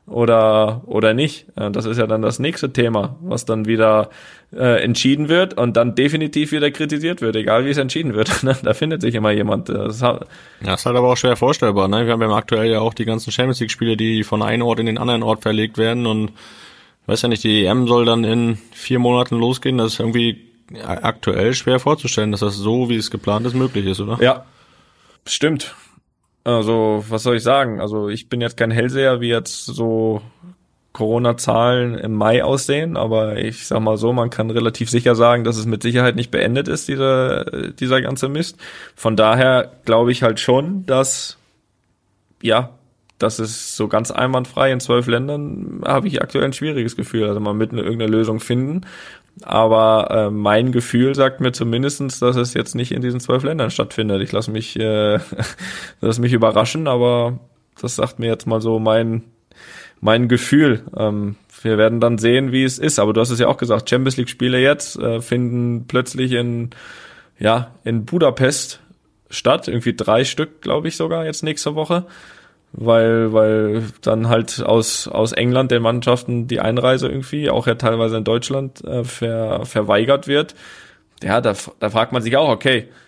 Oder oder nicht. Das ist ja dann das nächste Thema, was dann wieder äh, entschieden wird und dann definitiv wieder kritisiert wird, egal wie es entschieden wird. Da findet sich immer jemand. Das hat ja, ist halt aber auch schwer vorstellbar. Ne? Wir haben ja aktuell ja auch die ganzen Champions League Spiele, die von einem Ort in den anderen Ort verlegt werden und ich weiß ja nicht, die E M soll dann in vier Monaten losgehen. Das ist irgendwie aktuell schwer vorzustellen, dass das so, wie es geplant ist, möglich ist, oder? Ja, stimmt. Also, was soll ich sagen? Also, ich bin jetzt kein Hellseher, wie jetzt so Corona-Zahlen im Mai aussehen, aber ich sag mal so, man kann relativ sicher sagen, dass es mit Sicherheit nicht beendet ist, dieser, dieser ganze Mist. Von daher glaube ich halt schon, dass, ja, das ist so ganz einwandfrei in zwölf Ländern, habe ich aktuell ein schwieriges Gefühl. Also, man wird eine, irgendeine Lösung finden. Aber äh, mein Gefühl sagt mir zumindestens, dass es jetzt nicht in diesen zwölf Ländern stattfindet. Ich lasse mich, äh, lass mich überraschen, aber das sagt mir jetzt mal so mein mein Gefühl. Ähm, wir werden dann sehen, wie es ist. Aber du hast es ja auch gesagt, Champions League Spiele jetzt äh, finden plötzlich in ja in Budapest statt. Irgendwie drei Stück, glaube ich sogar jetzt nächste Woche. Weil weil dann halt aus aus England den Mannschaften die Einreise irgendwie, auch ja teilweise in Deutschland, äh, ver, verweigert wird. Ja, da, da fragt man sich auch, okay,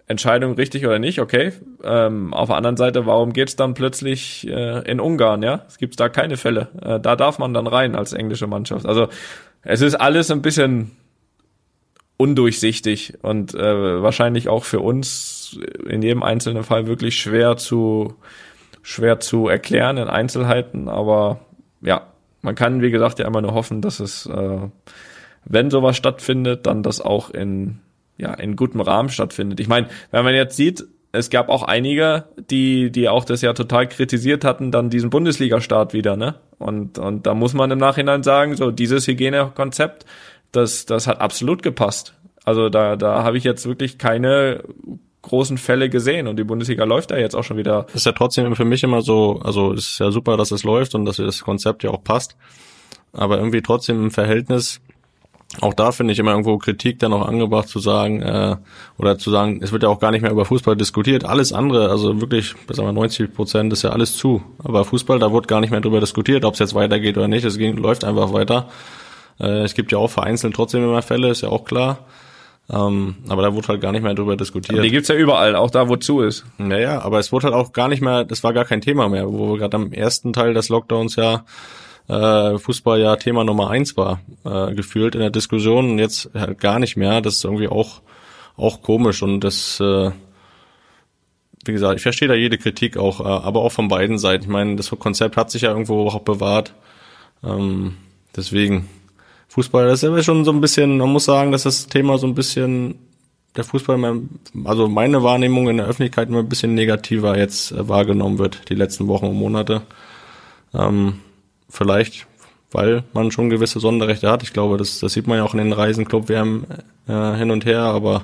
Entscheidung richtig oder nicht, okay. Ähm, auf der anderen Seite, warum geht's dann plötzlich äh, in Ungarn, ja? Es gibt da keine Fälle. Äh, da darf man dann rein als englische Mannschaft. Also es ist alles ein bisschen undurchsichtig und äh, wahrscheinlich auch für uns in jedem einzelnen Fall wirklich schwer zu schwer zu erklären in Einzelheiten. Aber ja, man kann, wie gesagt, ja immer nur hoffen, dass es, äh, wenn sowas stattfindet, dann das auch in ja in gutem Rahmen stattfindet. Ich meine, wenn man jetzt sieht, es gab auch einige, die die auch das ja total kritisiert hatten, dann diesen Bundesliga-Start wieder, ne? Und und da muss man im Nachhinein sagen, so dieses Hygienekonzept, das das hat absolut gepasst. Also da da habe ich jetzt wirklich keine großen Fälle gesehen und die Bundesliga läuft da jetzt auch schon wieder. Ist ja trotzdem für mich immer so, also es ist ja super, dass es läuft und dass das Konzept ja auch passt, aber irgendwie trotzdem im Verhältnis. Auch da finde ich immer irgendwo Kritik dann auch angebracht zu sagen, äh, oder zu sagen, es wird ja auch gar nicht mehr über Fußball diskutiert. Alles andere, also wirklich, sagen wir neunzig Prozent ist ja alles zu. Aber Fußball, da wird gar nicht mehr drüber diskutiert, ob es jetzt weitergeht oder nicht. Es ging, läuft einfach weiter. Äh, es gibt ja auch vereinzelt trotzdem immer Fälle, ist ja auch klar. Ähm, aber da wurde halt gar nicht mehr drüber diskutiert. Aber die gibt's ja überall, auch da, wo zu ist. Naja, aber es wurde halt auch gar nicht mehr, das war gar kein Thema mehr, wo wir gerade am ersten Teil des Lockdowns ja Äh, Fußball ja Thema Nummer eins war, äh, gefühlt in der Diskussion und jetzt halt gar nicht mehr. Das ist irgendwie auch auch komisch und das, äh, wie gesagt, ich verstehe da jede Kritik auch, äh, aber auch von beiden Seiten. Ich meine, das Konzept hat sich ja irgendwo auch bewahrt. Ähm, deswegen, Fußball, das ist ja schon so ein bisschen, man muss sagen, dass das Thema so ein bisschen, der Fußball, also meine Wahrnehmung in der Öffentlichkeit immer ein bisschen negativer jetzt äh, wahrgenommen wird, die letzten Wochen und Monate. Ähm, Vielleicht, weil man schon gewisse Sonderrechte hat. Ich glaube, das, das sieht man ja auch in den Reisenclub-W M äh, hin und her, aber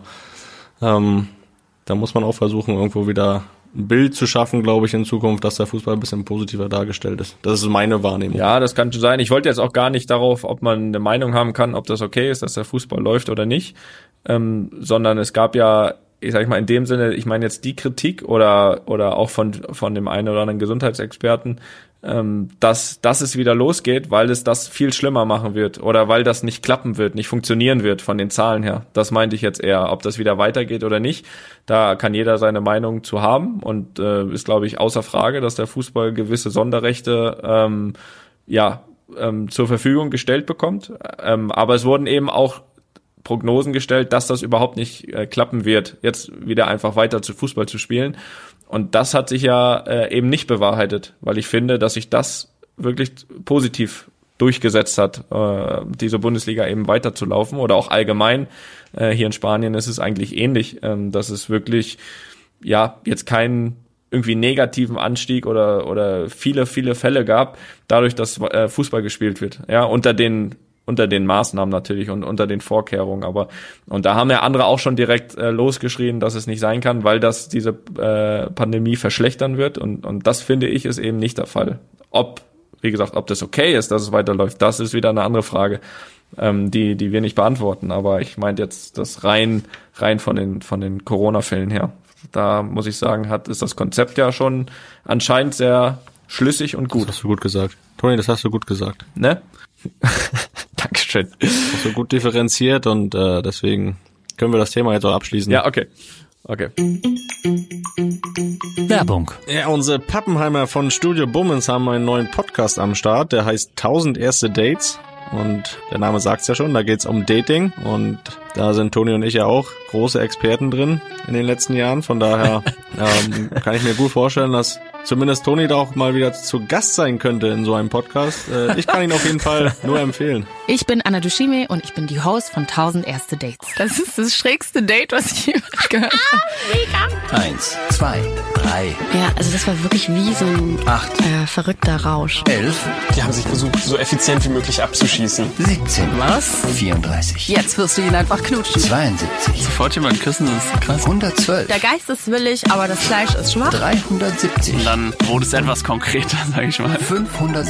ähm, da muss man auch versuchen, irgendwo wieder ein Bild zu schaffen, glaube ich, in Zukunft, dass der Fußball ein bisschen positiver dargestellt ist. Das ist meine Wahrnehmung. Ja, das kann schon sein. Ich wollte jetzt auch gar nicht darauf, ob man eine Meinung haben kann, ob das okay ist, dass der Fußball läuft oder nicht, ähm, sondern es gab ja, ich sag mal in dem Sinne, ich meine jetzt die Kritik oder oder auch von von dem einen oder anderen Gesundheitsexperten, ähm, dass dass es wieder losgeht, weil es das viel schlimmer machen wird oder weil das nicht klappen wird, nicht funktionieren wird von den Zahlen her. Das meinte ich jetzt eher, ob das wieder weitergeht oder nicht. Da kann jeder seine Meinung zu haben und äh, ist, glaube ich, außer Frage, dass der Fußball gewisse Sonderrechte ähm, ja ähm, zur Verfügung gestellt bekommt. Ähm, aber es wurden eben auch Prognosen gestellt, dass das überhaupt nicht äh, klappen wird, jetzt wieder einfach weiter zu Fußball zu spielen. Und das hat sich ja äh, eben nicht bewahrheitet, weil ich finde, dass sich das wirklich positiv durchgesetzt hat, äh, diese Bundesliga eben weiterzulaufen oder auch allgemein. Äh, hier in Spanien ist es eigentlich ähnlich, ähm, dass es wirklich ja jetzt keinen irgendwie negativen Anstieg oder oder viele, viele Fälle gab, dadurch, dass äh, Fußball gespielt wird. Ja, unter den unter den Maßnahmen natürlich und unter den Vorkehrungen, aber und da haben ja andere auch schon direkt äh, losgeschrien, dass es nicht sein kann, weil das diese äh, Pandemie verschlechtern wird und und das finde ich ist eben nicht der Fall. Ob, wie gesagt, ob das okay ist, dass es weiterläuft, das ist wieder eine andere Frage, ähm, die die wir nicht beantworten, aber ich meinte jetzt das rein rein von den von den Corona-Fällen her. Da muss ich sagen, hat ist das Konzept ja schon anscheinend sehr schlüssig und gut. Das hast du gut gesagt. Toni, das hast du gut gesagt. Ne? Dankeschön. So gut differenziert und äh, deswegen können wir das Thema jetzt auch abschließen. Ja, okay. Okay. Werbung. Ja, unsere Pappenheimer von Studio Bummens haben einen neuen Podcast am Start, der heißt tausend erste Dates. Und der Name sagt's ja schon, da geht's um Dating und da sind Toni und ich ja auch große Experten drin in den letzten Jahren. Von daher ähm, kann ich mir gut vorstellen, dass zumindest Toni da auch mal wieder zu Gast sein könnte in so einem Podcast. Äh, ich kann ihn auf jeden Fall nur empfehlen. Ich bin Anna Dushime und ich bin die Host von tausend erste Dates. Das ist das schrägste Date, was ich jemals gehört habe. Eins, zwei, drei. Ja, also das war wirklich wie so ein Acht. Äh, verrückter Rausch. Elf. Die haben sich versucht, so effizient wie möglich abzuschießen. siebzehn. Was? vierunddreißig. Jetzt wirst du ihn einfach knutschen. zweiundsiebzig. Sofort jemanden küssen, das ist krass. hundertzwölf. Der Geist ist willig, aber das Fleisch ist schwach. dreihundertsiebzig. Und dann wurde es etwas konkreter, sag ich mal. fünfhundert,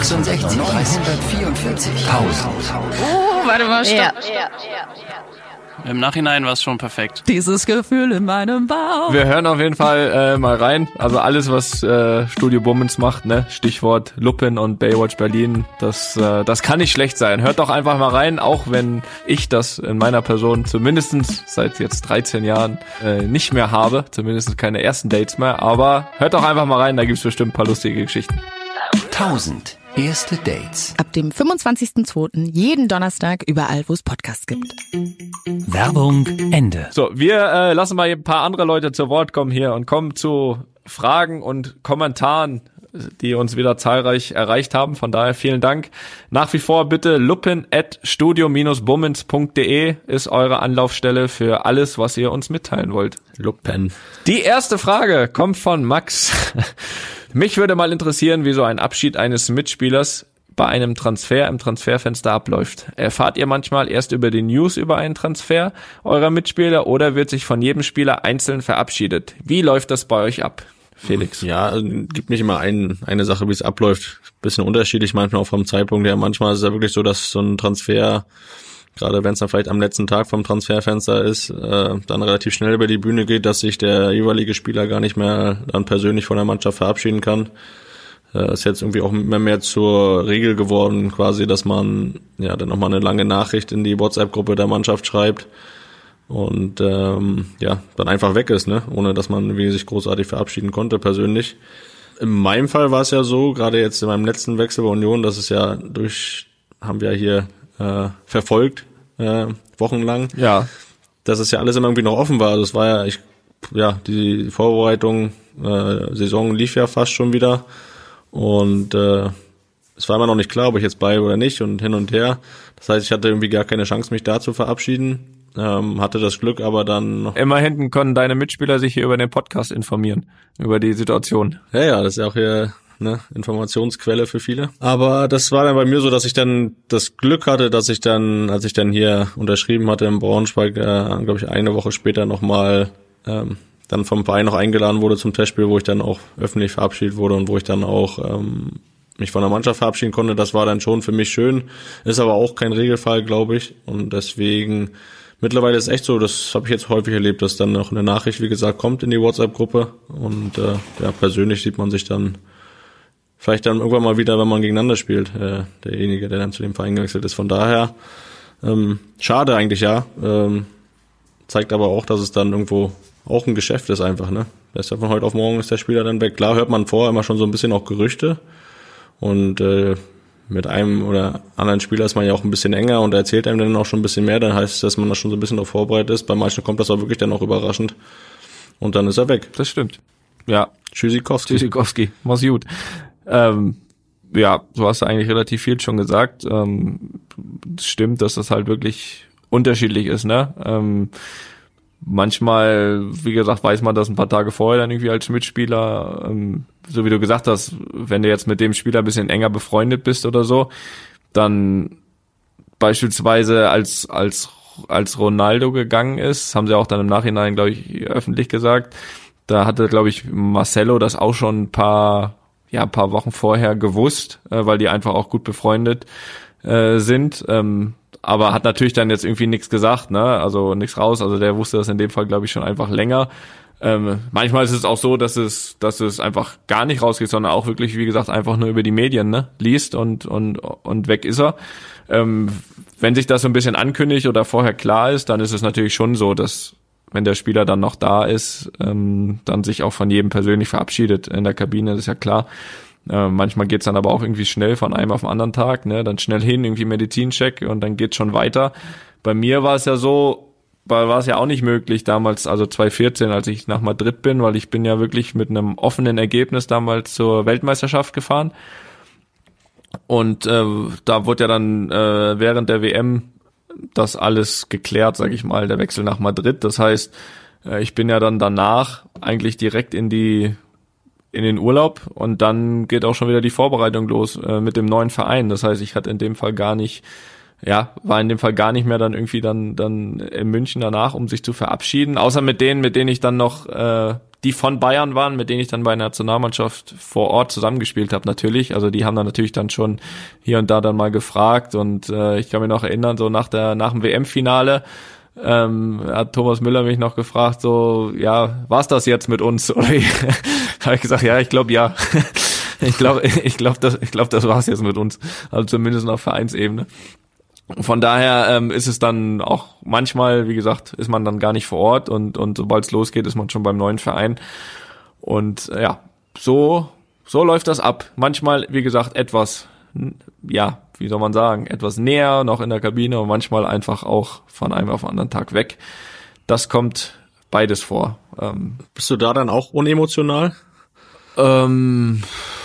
siebenhundertsechsundsechzig. neunhundertvierundvierzig. Pause. Oh, warte mal, stopp. Ja. Im Nachhinein war es schon perfekt. Dieses Gefühl in meinem Bauch. Wir hören auf jeden Fall äh, mal rein. Also alles, was äh, Studio Bummens macht, ne? Stichwort Lupin und Baywatch Berlin, das äh, das kann nicht schlecht sein. Hört doch einfach mal rein, auch wenn ich das in meiner Person zumindest seit jetzt dreizehn Jahren äh, nicht mehr habe. Zumindest keine ersten Dates mehr. Aber hört doch einfach mal rein, da gibt's bestimmt ein paar lustige Geschichten. tausend erste Dates. Ab dem fünfundzwanzigsten zweiten jeden Donnerstag überall, wo es Podcasts gibt. Werbung Ende. So, wir äh, lassen mal ein paar andere Leute zu Wort kommen hier und kommen zu Fragen und Kommentaren, die uns wieder zahlreich erreicht haben. Von daher vielen Dank. Nach wie vor bitte lupin at studio dash bummens punkt de ist eure Anlaufstelle für alles, was ihr uns mitteilen wollt. Lupin. Die erste Frage kommt von Max. Mich würde mal interessieren, wie so ein Abschied eines Mitspielers bei einem Transfer im Transferfenster abläuft. Erfahrt ihr manchmal erst über die News über einen Transfer eurer Mitspieler oder wird sich von jedem Spieler einzeln verabschiedet? Wie läuft das bei euch ab? Felix. Ja, gibt nicht immer ein, eine Sache, wie es abläuft. Bisschen unterschiedlich, manchmal auch vom Zeitpunkt her. Manchmal ist es ja wirklich so, dass so ein Transfer, gerade wenn es dann vielleicht am letzten Tag vom Transferfenster ist, äh, dann relativ schnell über die Bühne geht, dass sich der jeweilige Spieler gar nicht mehr dann persönlich von der Mannschaft verabschieden kann. Äh, ist jetzt irgendwie auch immer mehr zur Regel geworden, quasi, dass man ja dann nochmal eine lange Nachricht in die WhatsApp-Gruppe der Mannschaft schreibt und ähm, ja, dann einfach weg ist, ne, ohne dass man irgendwie sich großartig verabschieden konnte persönlich. In meinem Fall war es ja so, gerade jetzt in meinem letzten Wechsel bei Union, dass es ja durch, haben wir hier äh, verfolgt, äh, wochenlang. Ja. Dass es ja alles immer irgendwie noch offen war. Also es war ja, ich, ja, die Vorbereitung, äh, Saison lief ja fast schon wieder und äh, es war immer noch nicht klar, ob ich jetzt bleibe oder nicht und hin und her. Das heißt, ich hatte irgendwie gar keine Chance, mich da zu verabschieden. Ähm, hatte das Glück, aber dann noch. Immerhin können deine Mitspieler sich hier über den Podcast informieren, über die Situation. Ja, ja, das ist ja auch hier eine Informationsquelle für viele. Aber das war dann bei mir so, dass ich dann das Glück hatte, dass ich dann, als ich dann hier unterschrieben hatte in Braunschweig, äh, glaube ich, eine Woche später nochmal ähm, dann vom Verein noch eingeladen wurde zum Testspiel, wo ich dann auch öffentlich verabschiedet wurde und wo ich dann auch ähm, mich von der Mannschaft verabschieden konnte. Das war dann schon für mich schön. Ist aber auch kein Regelfall, glaube ich. Und deswegen mittlerweile ist es echt so, das habe ich jetzt häufig erlebt, dass dann noch eine Nachricht, wie gesagt, kommt in die WhatsApp-Gruppe und äh, ja, persönlich sieht man sich dann vielleicht dann irgendwann mal wieder, wenn man gegeneinander spielt, äh, derjenige, der dann zu dem Verein gewechselt ist. Von daher, ähm, schade eigentlich, ja. Ähm, zeigt aber auch, dass es dann irgendwo auch ein Geschäft ist einfach, ne. Da ist ja von heute auf morgen ist der Spieler dann weg. Klar hört man vorher immer schon so ein bisschen auch Gerüchte und äh, mit einem oder anderen Spieler ist man ja auch ein bisschen enger und er erzählt einem dann auch schon ein bisschen mehr, dann heißt es, dass man da schon so ein bisschen darauf vorbereitet ist. Bei manchen kommt das auch wirklich dann auch überraschend und dann ist er weg. Das stimmt. Ja. Tschüssikowski. Tschüssikowski. Mach's gut. Ähm, ja, du hast eigentlich relativ viel schon gesagt. Ähm, stimmt, dass das halt wirklich unterschiedlich ist, ne? Ähm, manchmal, wie gesagt, weiß man das ein paar Tage vorher dann irgendwie als Mitspieler, ähm, so wie du gesagt hast, wenn du jetzt mit dem Spieler ein bisschen enger befreundet bist oder so, dann beispielsweise als als als Ronaldo gegangen ist, haben sie auch dann im Nachhinein, glaube ich, öffentlich gesagt, da hatte, glaube ich, Marcelo das auch schon ein paar ja ein paar Wochen vorher gewusst, äh, weil die einfach auch gut befreundet äh, sind, ähm, aber hat natürlich dann jetzt irgendwie nichts gesagt, ne, also nichts raus, also der wusste das in dem Fall, glaube ich, schon einfach länger. Ähm, manchmal ist es auch so, dass es dass es einfach gar nicht rausgeht, sondern auch wirklich, wie gesagt, einfach nur über die Medien, ne, liest und und und weg ist er. Ähm, wenn sich das so ein bisschen ankündigt oder vorher klar ist, dann ist es natürlich schon so, dass wenn der Spieler dann noch da ist, ähm, dann sich auch von jedem persönlich verabschiedet in der Kabine, das ist ja klar. Äh, manchmal geht's dann aber auch irgendwie schnell von einem auf den anderen Tag, ne, dann schnell hin, irgendwie Medizincheck und dann geht's schon weiter. Bei mir war es ja so, war es ja auch nicht möglich damals, also zwanzig vierzehn, als ich nach Madrid bin, weil ich bin ja wirklich mit einem offenen Ergebnis damals zur Weltmeisterschaft gefahren. Und äh, da wurde ja dann äh, während der W M das alles geklärt, sag ich mal, der Wechsel nach Madrid. Das heißt, äh, ich bin ja dann danach eigentlich direkt in die in den Urlaub und dann geht auch schon wieder die Vorbereitung los äh, mit dem neuen Verein. Das heißt, ich hatte in dem Fall gar nicht, ja, war in dem Fall gar nicht mehr dann irgendwie dann dann in München danach, um sich zu verabschieden. Außer mit denen, mit denen ich dann noch, äh, die von Bayern waren, mit denen ich dann bei der Nationalmannschaft vor Ort zusammengespielt habe natürlich. Also die haben dann natürlich dann schon hier und da dann mal gefragt und äh, ich kann mich noch erinnern, so nach der nach dem W M-Finale ähm, hat Thomas Müller mich noch gefragt, so, ja, war's das jetzt mit uns? Oder habe ich gesagt, ja, ich glaube ja. ich glaube, ich glaube, das, ich glaube, das war's jetzt mit uns. Also zumindest auf Vereinsebene. Von daher ähm, ist es dann auch manchmal, wie gesagt, ist man dann gar nicht vor Ort und und sobald es losgeht, ist man schon beim neuen Verein. Und äh, ja, so so läuft das ab. Manchmal, wie gesagt, etwas, ja, wie soll man sagen, etwas näher noch in der Kabine und manchmal einfach auch von einem auf den anderen Tag weg. Das kommt beides vor. Ähm, Bist du da dann auch unemotional? Ähm,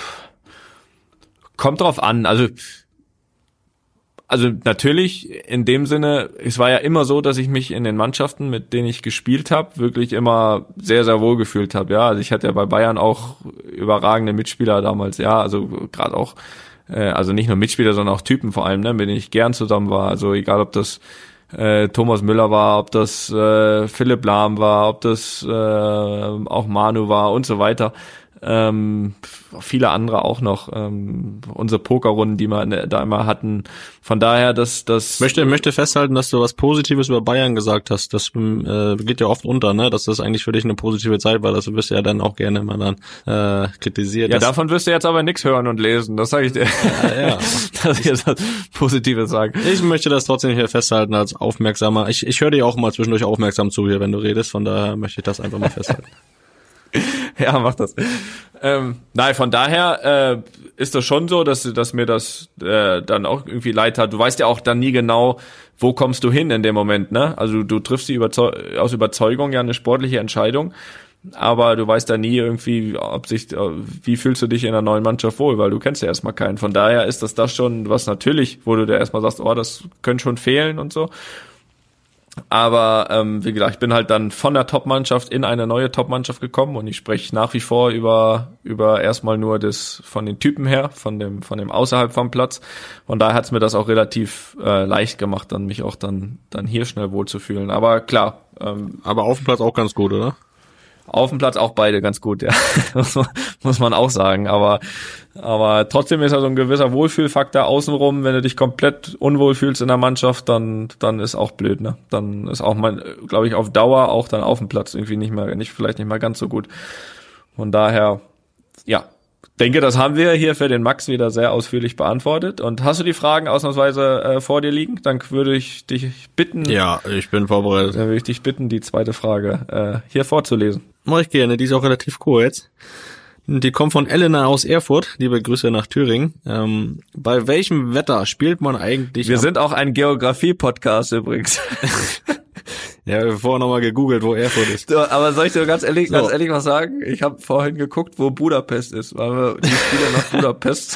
kommt drauf an. Also Also natürlich in dem Sinne, es war ja immer so, dass ich mich in den Mannschaften, mit denen ich gespielt habe, wirklich immer sehr, sehr wohl gefühlt habe. Ja, also ich hatte ja bei Bayern auch überragende Mitspieler damals, ja, also gerade auch, äh, also nicht nur Mitspieler, sondern auch Typen vor allem, ne, mit denen ich gern zusammen war. Also egal, ob das äh, Thomas Müller war, ob das äh, Philipp Lahm war, ob das äh, auch Manu war und so weiter. Ähm, viele andere auch noch, ähm, unsere Pokerrunden, die wir da immer hatten. Von daher, dass das möchte möchte festhalten, dass du was Positives über Bayern gesagt hast. Das äh, geht ja oft unter, ne? Dass das eigentlich für dich eine positive Zeit war. Das wirst du ja dann auch gerne mal dann äh, kritisiert. Ja, davon wirst du jetzt aber nichts hören und lesen. Das sage ich dir. Ja, ja. Dass ich jetzt was Positives sage. Ich möchte das trotzdem hier festhalten als aufmerksamer. Ich ich höre dir auch mal zwischendurch aufmerksam zu hier, wenn du redest. Von daher möchte ich das einfach mal festhalten. Ja, mach das. Ähm, nein, von daher äh, ist das schon so, dass dass mir das äh, dann auch irgendwie leid hat. Du weißt ja auch dann nie genau, wo kommst du hin in dem Moment, ne? Also du triffst die Überzeug- aus Überzeugung ja eine sportliche Entscheidung, aber du weißt da nie irgendwie, ob sich, wie fühlst du dich in einer neuen Mannschaft wohl, weil du kennst ja erstmal keinen. Von daher ist das das schon was natürlich, wo du dir erstmal sagst, oh, das könnte schon fehlen und so. Aber ähm, wie gesagt, ich bin halt dann von der Top-Mannschaft in eine neue Top-Mannschaft gekommen und ich spreche nach wie vor über über erstmal nur das von den Typen her, von dem von dem außerhalb vom Platz. Von daher hat's mir das auch relativ äh, leicht gemacht, dann mich auch dann dann hier schnell wohlzufühlen. Aber klar, ähm, aber auf dem Platz auch ganz gut, oder? Auf dem Platz auch beide ganz gut, ja, muss man auch sagen. Aber aber trotzdem ist ja so ein gewisser Wohlfühlfaktor außenrum. Wenn du dich komplett unwohl fühlst in der Mannschaft, dann dann ist auch blöd, ne? Dann ist auch mal, glaube ich, auf Dauer auch dann auf dem Platz irgendwie nicht mehr, nicht vielleicht nicht mal ganz so gut. Von daher, ja, denke, das haben wir hier für den Max wieder sehr ausführlich beantwortet. Und hast du die Fragen ausnahmsweise äh, vor dir liegen? Dann würde ich dich bitten. Ja, ich bin vorbereitet. Dann würde ich dich bitten, die zweite Frage äh, hier vorzulesen. Mach ich gerne, die ist auch relativ kurz. Die kommt von Elena aus Erfurt. Liebe Grüße nach Thüringen. Ähm, bei welchem Wetter spielt man eigentlich? Wir sind auch ein Geografie-Podcast übrigens. Ja, wir haben vorher nochmal gegoogelt, wo Erfurt ist. So, aber soll ich dir ganz ehrlich, so. ganz ehrlich was sagen? Ich habe vorhin geguckt, wo Budapest ist, weil wir die Spieler nach Budapest.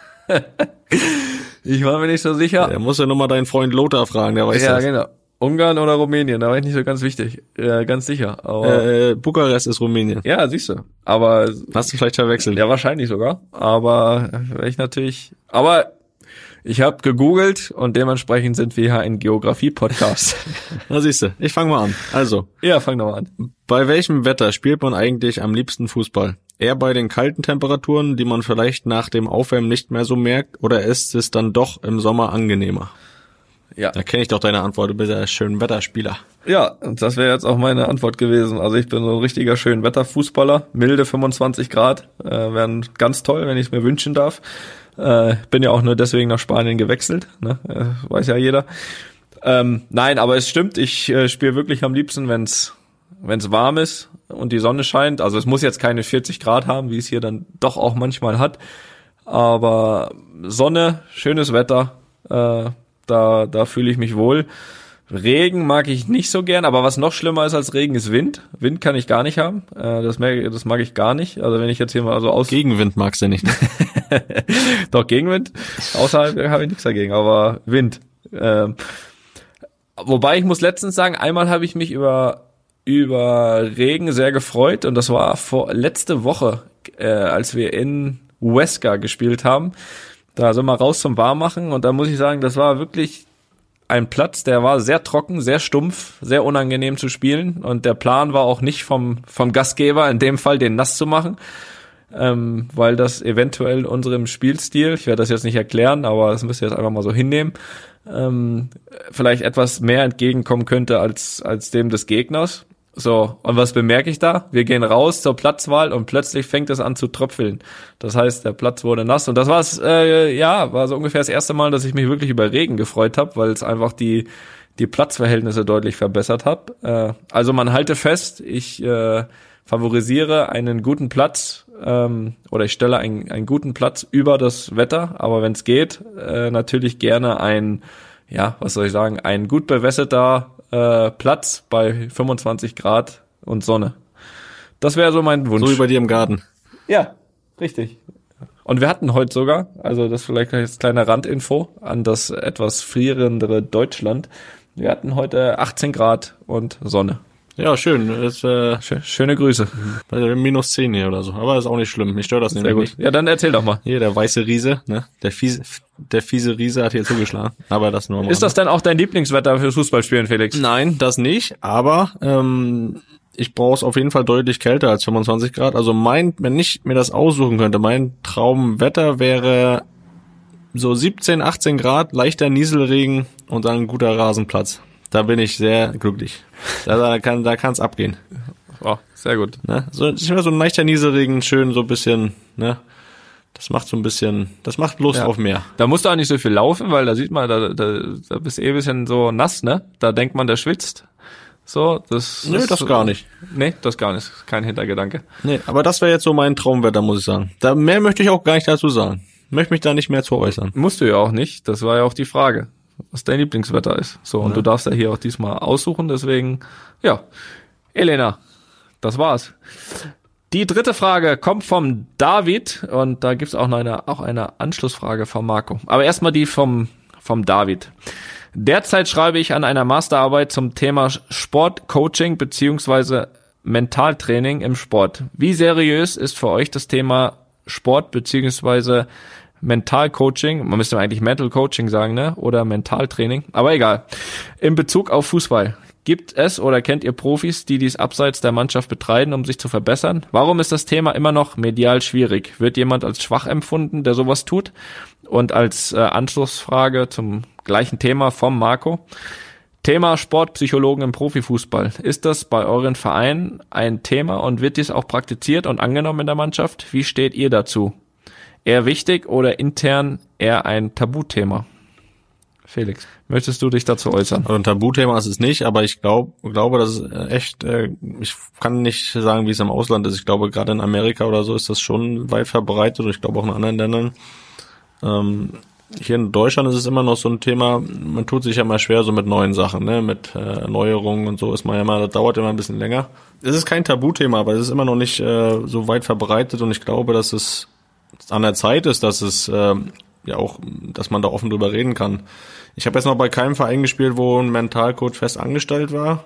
Ich war mir nicht so sicher. Da musst du nochmal deinen Freund Lothar fragen, der weiß ja, das. Ja, genau. Ungarn oder Rumänien, da war ich nicht so ganz wichtig, äh, ganz sicher. Aber äh, Bukarest ist Rumänien. Ja, siehst du. Aber hast du vielleicht verwechselt? Ja, wahrscheinlich sogar. Aber ich natürlich. Aber ich habe gegoogelt und dementsprechend sind wir hier ein Geografie-Podcast. Na siehst du, ich fange mal an. Also. Ja, fang doch mal an. Bei welchem Wetter spielt man eigentlich am liebsten Fußball? Eher bei den kalten Temperaturen, die man vielleicht nach dem Aufwärmen nicht mehr so merkt, oder ist es dann doch im Sommer angenehmer? Ja. Da kenne ich doch deine Antwort, du bist ja ein schöner Wetterspieler. Ja, das wäre jetzt auch meine Antwort gewesen. Also ich bin so ein richtiger schön Wetterfußballer. Milde fünfundzwanzig Grad äh, wären ganz toll, wenn ich es mir wünschen darf. Äh, bin ja auch nur deswegen nach Spanien gewechselt, ne? äh, weiß ja jeder. Ähm, nein, aber es stimmt, ich äh, spiele wirklich am liebsten, wenn's wenn's warm ist und die Sonne scheint. Also es muss jetzt keine vierzig Grad haben, wie es hier dann doch auch manchmal hat. Aber Sonne, schönes Wetter, äh, da da fühle ich mich wohl. Regen mag ich nicht so gern, aber was noch schlimmer ist als Regen ist Wind. Wind kann ich gar nicht haben. Äh, das, mag, das mag ich gar nicht. Also wenn ich jetzt hier mal so aus... Gegenwind magst du nicht, ne? Doch, Gegenwind. Außerhalb habe ich nichts dagegen, aber Wind. Ähm, wobei ich muss letztens sagen, einmal habe ich mich über über Regen sehr gefreut und das war vor letzte Woche, äh, als wir in Huesca gespielt haben. Da sind wir raus zum Warmmachen und da muss ich sagen, das war wirklich ein Platz, der war sehr trocken, sehr stumpf, sehr unangenehm zu spielen und der Plan war auch nicht vom vom Gastgeber, in dem Fall den nass zu machen. ähm, weil das eventuell unserem Spielstil, ich werde das jetzt nicht erklären, aber das müsst ihr jetzt einfach mal so hinnehmen, ähm, vielleicht etwas mehr entgegenkommen könnte als als dem des Gegners. So, und was bemerke ich da? Wir gehen raus zur Platzwahl und plötzlich fängt es an zu tröpfeln. Das heißt, der Platz wurde nass und das war es, äh, ja, war so ungefähr das erste Mal, dass ich mich wirklich über Regen gefreut habe, weil es einfach die die Platzverhältnisse deutlich verbessert hat. Äh, also man halte fest, ich äh, favorisiere einen guten Platz ähm, oder ich stelle einen, einen guten Platz über das Wetter, aber wenn es geht, äh, natürlich gerne ein, ja, was soll ich sagen, ein gut bewässerter äh, Platz bei fünfundzwanzig Grad und Sonne. Das wäre so mein Wunsch. So wie bei dir im Garten. Ja, richtig. Und wir hatten heute sogar, also das vielleicht als kleine Randinfo an das etwas frierendere Deutschland, wir hatten heute achtzehn Grad und Sonne. Ja, schön. Das, äh, Schöne Grüße. Bei minus zehn hier oder so. Aber ist auch nicht schlimm. Mich stört das nämlich nicht. Ja, dann erzähl doch mal. Hier, der weiße Riese, ne? Der fiese, der fiese Riese hat hier zugeschlagen. Aber das nur mal. Ist das denn auch dein Lieblingswetter fürs Fußballspielen, Felix? Nein, das nicht. Aber ähm, ich brauche es auf jeden Fall deutlich kälter als fünfundzwanzig Grad. Also mein, wenn ich mir das aussuchen könnte, mein Traumwetter wäre so siebzehn, achtzehn Grad, leichter Nieselregen und dann ein guter Rasenplatz. Da bin ich sehr glücklich. Da, da kann da kann's abgehen. Oh, sehr gut. Ne? So, ich will so ein leichter Nieselregen, schön so ein bisschen, ne? Das macht so ein bisschen, das macht Lust Ja. auf mehr. Da musst du auch nicht so viel laufen, weil da sieht man, da, da, da bist du eh ein bisschen so nass, ne? Da denkt man, der schwitzt. So, das... Nö, das gar nicht. Nee, das gar nicht. Kein Hintergedanke. Nee, aber das wäre jetzt so mein Traumwetter, muss ich sagen. Da mehr möchte ich auch gar nicht dazu sagen. Möchte mich da nicht mehr zu äußern. Musst du ja auch nicht. Das war ja auch die Frage, was dein Lieblingswetter ist. So, und Ja. du darfst ja hier auch diesmal aussuchen, deswegen, ja. Elena, das war's. Die dritte Frage kommt vom David und da gibt's auch noch eine, auch eine Anschlussfrage von Marco. Aber erstmal die vom, vom David. Derzeit schreibe ich an einer Masterarbeit zum Thema Sportcoaching beziehungsweise Mentaltraining im Sport. Wie seriös ist für euch das Thema Sport beziehungsweise Mentalcoaching? Man müsste eigentlich Mental Coaching sagen, ne? Oder Mentaltraining. Aber egal. In Bezug auf Fußball. Gibt es oder kennt ihr Profis, die dies abseits der Mannschaft betreiben, um sich zu verbessern? Warum ist das Thema immer noch medial schwierig? Wird jemand als schwach empfunden, der sowas tut? Und als äh, Anschlussfrage zum gleichen Thema vom Marco. Thema Sportpsychologen im Profifußball. Ist das bei euren Vereinen ein Thema und wird dies auch praktiziert und angenommen in der Mannschaft? Wie steht ihr dazu? Eher wichtig oder intern eher ein Tabuthema? Felix, möchtest du dich dazu äußern? Also ein Tabuthema ist es nicht, aber ich glaube, glaube, das ist echt, äh, ich kann nicht sagen, wie es im Ausland ist. Ich glaube, gerade in Amerika oder so ist das schon weit verbreitet und ich glaube auch in anderen Ländern. Ähm, hier in Deutschland ist es immer noch so ein Thema, man tut sich ja mal schwer so mit neuen Sachen, ne, mit äh, Erneuerungen und so ist man ja mal, das dauert immer ein bisschen länger. Es ist kein Tabuthema, aber es ist immer noch nicht äh, so weit verbreitet und ich glaube, dass es an der Zeit ist, dass es äh, ja auch, dass man da offen drüber reden kann. Ich habe jetzt noch bei keinem Verein gespielt, wo ein Mentalcoach fest angestellt war.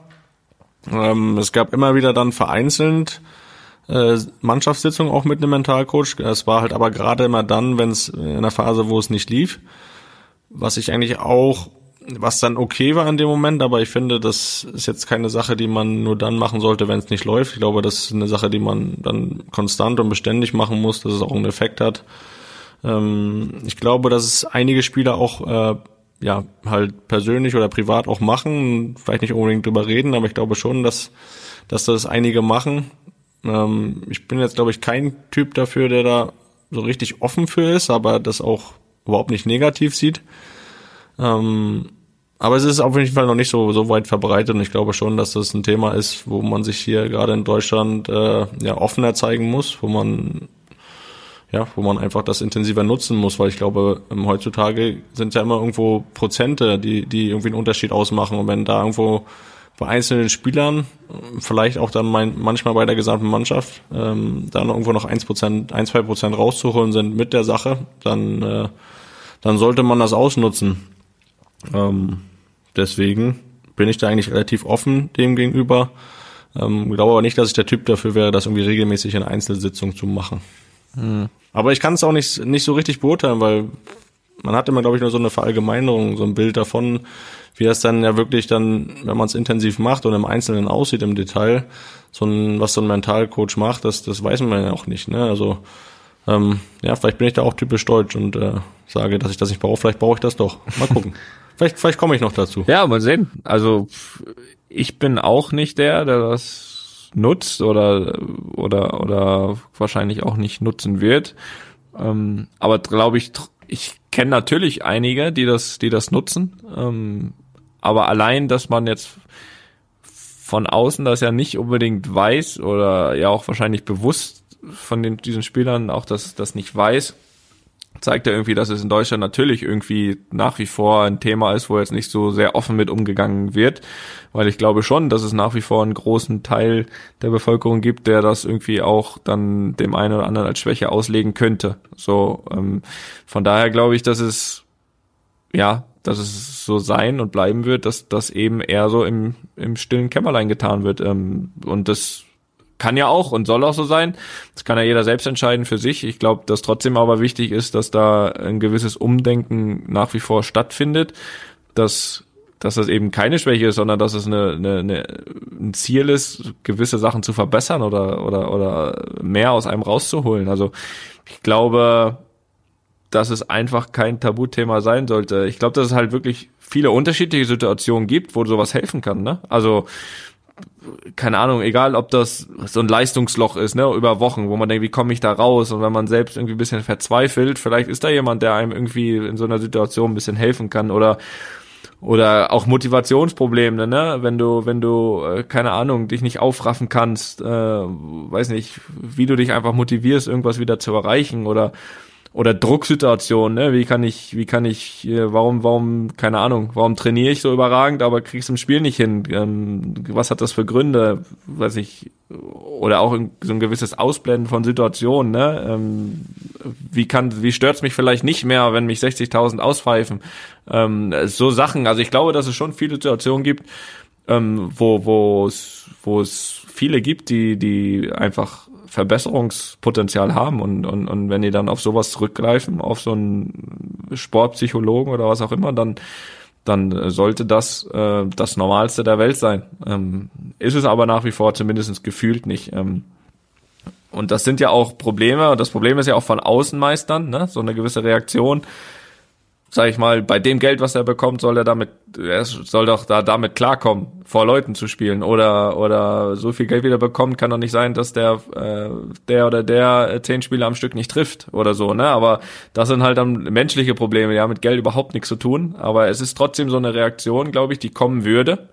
Ähm, es gab immer wieder dann vereinzelt äh, Mannschaftssitzungen auch mit einem Mentalcoach. Es war halt aber gerade immer dann, wenn es in einer Phase, wo es nicht lief, was ich eigentlich auch, was dann okay war in dem Moment, aber ich finde, das ist jetzt keine Sache, die man nur dann machen sollte, wenn es nicht läuft. Ich glaube, das ist eine Sache, die man dann konstant und beständig machen muss, dass es auch einen Effekt hat. Ähm, ich glaube, dass es einige Spieler auch äh, ja halt persönlich oder privat auch machen, vielleicht nicht unbedingt drüber reden, aber ich glaube schon, dass dass das einige machen. Ähm, ich bin jetzt, glaube ich, kein Typ dafür, der da so richtig offen für ist, aber das auch überhaupt nicht negativ sieht. Ähm, aber es ist auf jeden Fall noch nicht so so weit verbreitet und ich glaube schon, dass das ein Thema ist, wo man sich hier gerade in Deutschland äh, ja offener zeigen muss, wo man ja, wo man einfach das intensiver nutzen muss, weil ich glaube, heutzutage sind ja immer irgendwo Prozente, die die irgendwie einen Unterschied ausmachen und wenn da irgendwo bei einzelnen Spielern, vielleicht auch dann mein, manchmal bei der gesamten Mannschaft, ähm, da noch irgendwo noch eins Prozent, ein, zwei Prozent rauszuholen sind mit der Sache, dann äh, dann sollte man das ausnutzen. Ähm, deswegen bin ich da eigentlich relativ offen dem gegenüber. Ähm, glaube aber nicht, dass ich der Typ dafür wäre, das irgendwie regelmäßig in Einzelsitzungen zu machen. Hm. Aber ich kann es auch nicht nicht so richtig beurteilen, weil man hat immer, glaube ich, nur so eine Verallgemeinerung, so ein Bild davon, wie das dann ja wirklich dann, wenn man es intensiv macht und im Einzelnen aussieht im Detail, so ein, was so ein Mentalcoach macht, das, das weiß man ja auch nicht, ne? Also, ähm, ja, vielleicht bin ich da auch typisch deutsch und äh, sage, dass ich das nicht brauche, vielleicht brauche ich das doch. Mal gucken. vielleicht, vielleicht komme ich noch dazu. Ja, mal sehen. Also, ich bin auch nicht der, der das nutzt oder, oder, oder wahrscheinlich auch nicht nutzen wird. Ähm, aber glaube ich, ich kenne natürlich einige, die das, die das nutzen. Ähm, aber allein, dass man jetzt von außen das ja nicht unbedingt weiß oder ja auch wahrscheinlich bewusst von den, diesen Spielern auch das, das nicht weiß, zeigt ja irgendwie, dass es in Deutschland natürlich irgendwie nach wie vor ein Thema ist, wo jetzt nicht so sehr offen mit umgegangen wird, weil ich glaube schon, dass es nach wie vor einen großen Teil der Bevölkerung gibt, der das irgendwie auch dann dem einen oder anderen als Schwäche auslegen könnte. So, ähm, von daher glaube ich, dass es, ja, dass es so sein und bleiben wird, dass das eben eher so im, im stillen Kämmerlein getan wird, ähm, und das kann ja auch und soll auch so sein. Das kann ja jeder selbst entscheiden für sich. Ich glaube, dass trotzdem aber wichtig ist, dass da ein gewisses Umdenken nach wie vor stattfindet, dass dass das eben keine Schwäche ist, sondern dass es eine, eine, eine, ein Ziel ist, gewisse Sachen zu verbessern oder oder oder mehr aus einem rauszuholen. Also ich glaube, dass es einfach kein Tabuthema sein sollte. Ich glaube, dass es halt wirklich viele unterschiedliche Situationen gibt, wo sowas helfen kann, ne? Also keine Ahnung, egal ob das so ein Leistungsloch ist, ne, über Wochen, wo man denkt, wie komme ich da raus? Und wenn man selbst irgendwie ein bisschen verzweifelt, vielleicht ist da jemand, der einem irgendwie in so einer Situation ein bisschen helfen kann oder oder auch Motivationsprobleme, ne, wenn du wenn du äh, keine Ahnung, dich nicht aufraffen kannst, äh, weiß nicht, wie du dich einfach motivierst, irgendwas wieder zu erreichen oder oder Drucksituationen, ne? Wie kann ich, wie kann ich, warum, warum, keine Ahnung, warum trainiere ich so überragend, aber krieg's im Spiel nicht hin? Ähm, was hat das für Gründe? Weiß ich, oder auch so ein gewisses Ausblenden von Situationen, ne? Ähm, wie kann, wie stört's mich vielleicht nicht mehr, wenn mich sechzigtausend auspfeifen? Ähm, so Sachen. Also ich glaube, dass es schon viele Situationen gibt, ähm, wo, wo es, wo es viele gibt, die, die einfach Verbesserungspotenzial haben und, und, und wenn die dann auf sowas zurückgreifen, auf so einen Sportpsychologen oder was auch immer, dann, dann sollte das äh, das Normalste der Welt sein. Ähm, ist es aber nach wie vor zumindest gefühlt nicht. Ähm, und das sind ja auch Probleme und das Problem ist ja auch von Außenmeistern, ne? So eine gewisse Reaktion. Sag ich mal, bei dem Geld, was er bekommt, soll er damit, er soll doch da damit klarkommen, vor Leuten zu spielen oder oder so viel Geld wieder bekommt, kann doch nicht sein, dass der äh, der oder der zehn Spiele am Stück nicht trifft oder so, ne? Aber das sind halt dann menschliche Probleme, die haben mit Geld überhaupt nichts zu tun. Aber es ist trotzdem so eine Reaktion, glaube ich, die kommen würde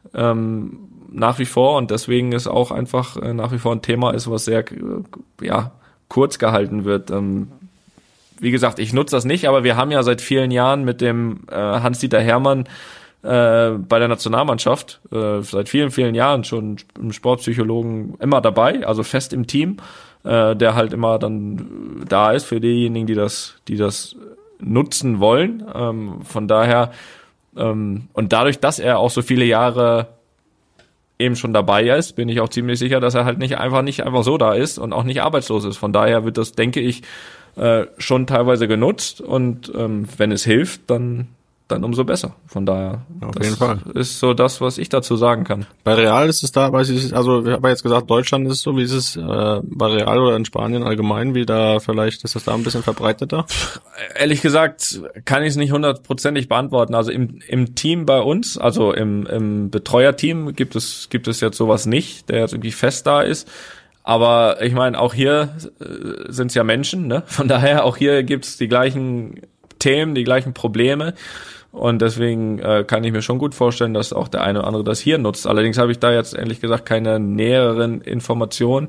ähm, nach wie vor und deswegen ist auch einfach äh, nach wie vor ein Thema ist, was sehr äh, ja kurz gehalten wird. Ähm, Wie gesagt, ich nutze das nicht, aber wir haben ja seit vielen Jahren mit dem äh, Hans-Dieter Hermann äh, bei der Nationalmannschaft äh, seit vielen, vielen Jahren schon einen Sportpsychologen immer dabei, also fest im Team, äh, der halt immer dann da ist für diejenigen, die das, die das nutzen wollen. Ähm, von daher ähm, und dadurch, dass er auch so viele Jahre eben schon dabei ist, bin ich auch ziemlich sicher, dass er halt nicht einfach nicht einfach so da ist und auch nicht arbeitslos ist. Von daher wird das, denke ich, Äh, schon teilweise genutzt und ähm, wenn es hilft, dann dann umso besser. Von daher, auf das jeden Fall ist so das, was ich dazu sagen kann. Bei Real ist es da, weiß ich, also ich habe jetzt gesagt, Deutschland ist so, wie ist es äh, bei Real oder in Spanien allgemein, wie da vielleicht ist das da ein bisschen verbreiteter? Ehrlich gesagt kann ich es nicht hundertprozentig beantworten. Also im im Team bei uns, also im im Betreuerteam gibt es gibt es jetzt sowas nicht, der jetzt irgendwie fest da ist. Aber ich meine, auch hier äh, sind es ja Menschen, ne? Von daher, auch hier gibt's die gleichen Themen, die gleichen Probleme. Und deswegen äh, kann ich mir schon gut vorstellen, dass auch der eine oder andere das hier nutzt. Allerdings habe ich da jetzt ehrlich gesagt keine näheren Informationen.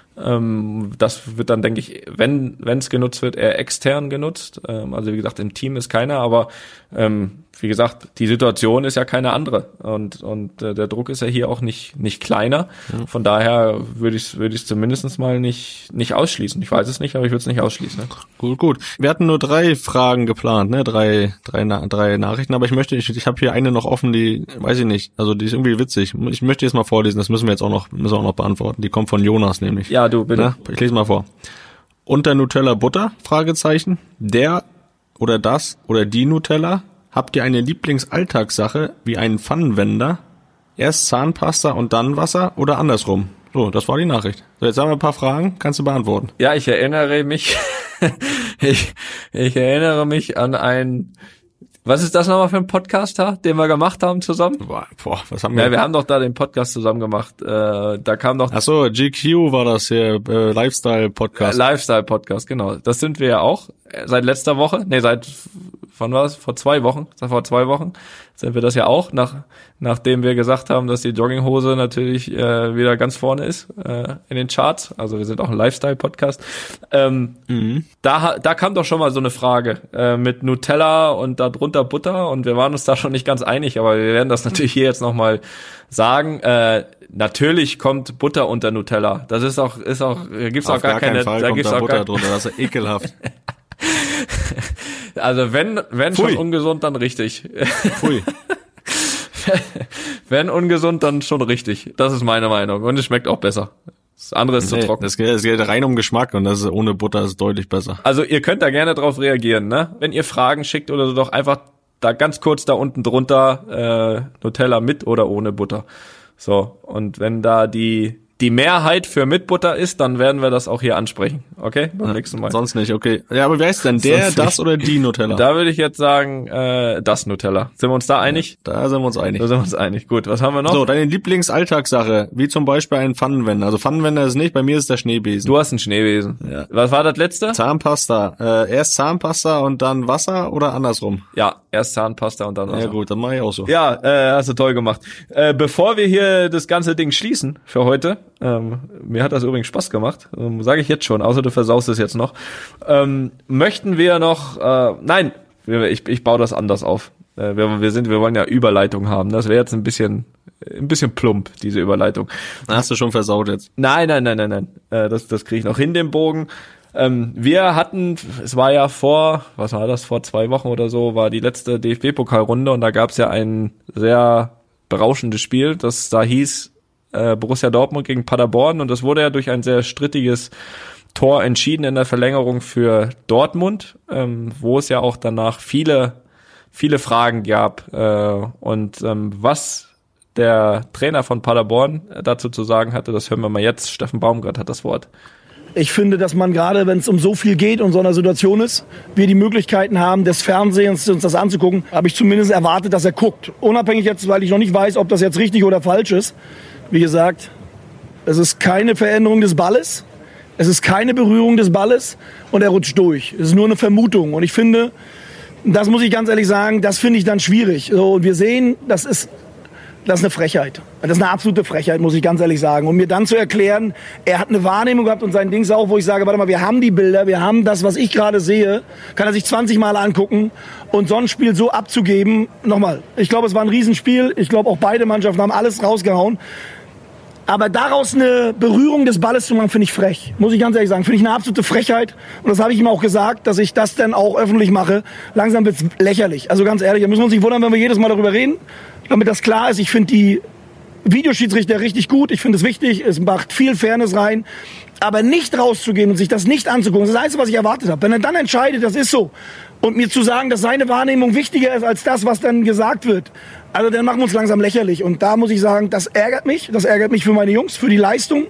Ähm, das wird dann, denke ich, wenn wenn es genutzt wird, eher extern genutzt. Ähm, also wie gesagt, im Team ist keiner, aber ähm, wie gesagt, die Situation ist ja keine andere und und äh, der Druck ist ja hier auch nicht nicht kleiner. Mhm. Von daher würde ich würde ich zumindest mal nicht nicht ausschließen. Ich weiß es nicht, aber ich würde es nicht ausschließen. Ne? Gut, gut. Wir hatten nur drei Fragen geplant, ne, drei drei drei Nachrichten, aber ich möchte ich ich habe hier eine noch offen, die weiß ich nicht, also die ist irgendwie witzig. Ich möchte jetzt mal vorlesen, das müssen wir jetzt auch noch müssen wir auch noch beantworten. Die kommt von Jonas nämlich. Ja, du bitte. Ne? Ich lese mal vor. Unter Nutella Butter? Fragezeichen. Der oder das oder die Nutella? Habt ihr eine Lieblingsalltagssache wie einen Pfannenwender? Erst Zahnpasta und dann Wasser oder andersrum? So, das war die Nachricht. So, jetzt haben wir ein paar Fragen, kannst du beantworten. Ja, ich erinnere mich, ich, ich erinnere mich an ein, was ist das nochmal für ein Podcast, den wir gemacht haben zusammen? Boah, boah was haben wir? Ja, wir haben doch da den Podcast zusammen gemacht. Äh, da kam doch. Ach so, G Q war das hier, äh, Lifestyle-Podcast. Äh, Lifestyle-Podcast, genau. Das sind wir ja auch. Seit letzter Woche, nee, seit, wann war es? Vor zwei Wochen, vor zwei Wochen sind wir das ja auch, nach, nachdem wir gesagt haben, dass die Jogginghose natürlich äh, wieder ganz vorne ist äh, in den Charts. Also wir sind auch ein Lifestyle-Podcast. Ähm, mhm. da, da kam doch schon mal so eine Frage äh, mit Nutella und da drunter Butter und wir waren uns da schon nicht ganz einig, aber wir werden das natürlich hier jetzt nochmal sagen. Äh, natürlich kommt Butter unter Nutella. Das ist auch, ist auch, da gibt's Auf auch gar, gar keine, Fall da kommt gibt's da auch Butter gar, drunter, das ist ja ekelhaft. Also wenn, wenn Pfui. schon ungesund, dann richtig. Pfui. Wenn ungesund, dann schon richtig. Das ist meine Meinung. Und es schmeckt auch besser. Das andere ist Nee, zu trocken. Das geht, das geht rein um Geschmack und das ist ohne Butter ist deutlich besser. Also ihr könnt da gerne drauf reagieren, ne? Wenn ihr Fragen schickt oder so, doch einfach da ganz kurz da unten drunter äh, Nutella mit oder ohne Butter. So, und wenn da die die Mehrheit für mit Butter ist, dann werden wir das auch hier ansprechen. Okay? Beim Ja, nächsten Mal. Sonst nicht, okay. Ja, aber wer ist denn der, Sonst das nicht. oder die Nutella? Da würde ich jetzt sagen, äh, das Nutella. Sind wir uns da einig? Da sind wir uns einig. Da sind wir uns einig. Gut, was haben wir noch? So, deine Lieblingsalltagssache, wie zum Beispiel ein Pfannenwender. Also Pfannenwender ist nicht, bei mir ist der Schneebesen. Du hast einen Schneewesen. Ja. Was war das letzte? Zahnpasta. Äh, erst Zahnpasta und dann Wasser oder andersrum? Ja, erst Zahnpasta und dann Wasser. Ja gut, dann mache ich auch so. Ja, äh, hast du toll gemacht. Äh, bevor wir hier das ganze Ding schließen für heute, ähm, mir hat das übrigens Spaß gemacht, ähm, sage ich jetzt schon, außer du versaust es jetzt noch, ähm, möchten wir noch, äh, nein, wir, ich, ich baue das anders auf. Äh, wir, wir sind, wir wollen ja Überleitung haben. Das wäre jetzt ein bisschen, ein bisschen plump, diese Überleitung. Hast du schon versaut jetzt. Nein, nein, nein, nein, nein. Äh, das, das kriege ich noch hin, den Bogen. Ähm, wir hatten, es war ja vor, was war das, vor zwei Wochen oder so, war die letzte D F B-Pokalrunde und da gab es ja ein sehr berauschendes Spiel, das da hieß äh, Borussia Dortmund gegen Paderborn und das wurde ja durch ein sehr strittiges Tor entschieden in der Verlängerung für Dortmund, ähm, wo es ja auch danach viele, viele Fragen gab äh, und ähm, was der Trainer von Paderborn dazu zu sagen hatte, das hören wir mal jetzt. Steffen Baumgart hat das Wort. Ich finde, dass man gerade, wenn es um so viel geht und so einer Situation ist, wir die Möglichkeiten haben, des Fernsehens uns das anzugucken, habe ich zumindest erwartet, dass er guckt. Unabhängig jetzt, weil ich noch nicht weiß, ob das jetzt richtig oder falsch ist. Wie gesagt, es ist keine Veränderung des Balles, es ist keine Berührung des Balles und er rutscht durch. Es ist nur eine Vermutung. Und ich finde, das muss ich ganz ehrlich sagen, das finde ich dann schwierig. So, und wir sehen, das ist... Das ist eine Frechheit. Das ist eine absolute Frechheit, muss ich ganz ehrlich sagen. Und mir dann zu erklären, er hat eine Wahrnehmung gehabt und sein Dings auch, wo ich sage, warte mal, wir haben die Bilder, wir haben das, was ich gerade sehe, kann er sich zwanzig Mal angucken und so ein Spiel so abzugeben. Nochmal, ich glaube, es war ein Riesenspiel. Ich glaube, auch beide Mannschaften haben alles rausgehauen. Aber daraus eine Berührung des Balles zu machen, finde ich frech. Muss ich ganz ehrlich sagen. Finde ich eine absolute Frechheit. Und das habe ich ihm auch gesagt, dass ich das dann auch öffentlich mache. Langsam wird's lächerlich. Also ganz ehrlich, da müssen wir uns nicht wundern, wenn wir jedes Mal darüber reden. Damit das klar ist, ich finde die Videoschiedsrichter richtig gut. Ich finde es wichtig. Es macht viel Fairness rein. Aber nicht rauszugehen und sich das nicht anzugucken, das ist das Einzige, was ich erwartet habe. Wenn er dann entscheidet, das ist so. Und mir zu sagen, dass seine Wahrnehmung wichtiger ist als das, was dann gesagt wird. Also dann machen wir uns langsam lächerlich. Und da muss ich sagen, das ärgert mich. Das ärgert mich für meine Jungs, für die Leistung.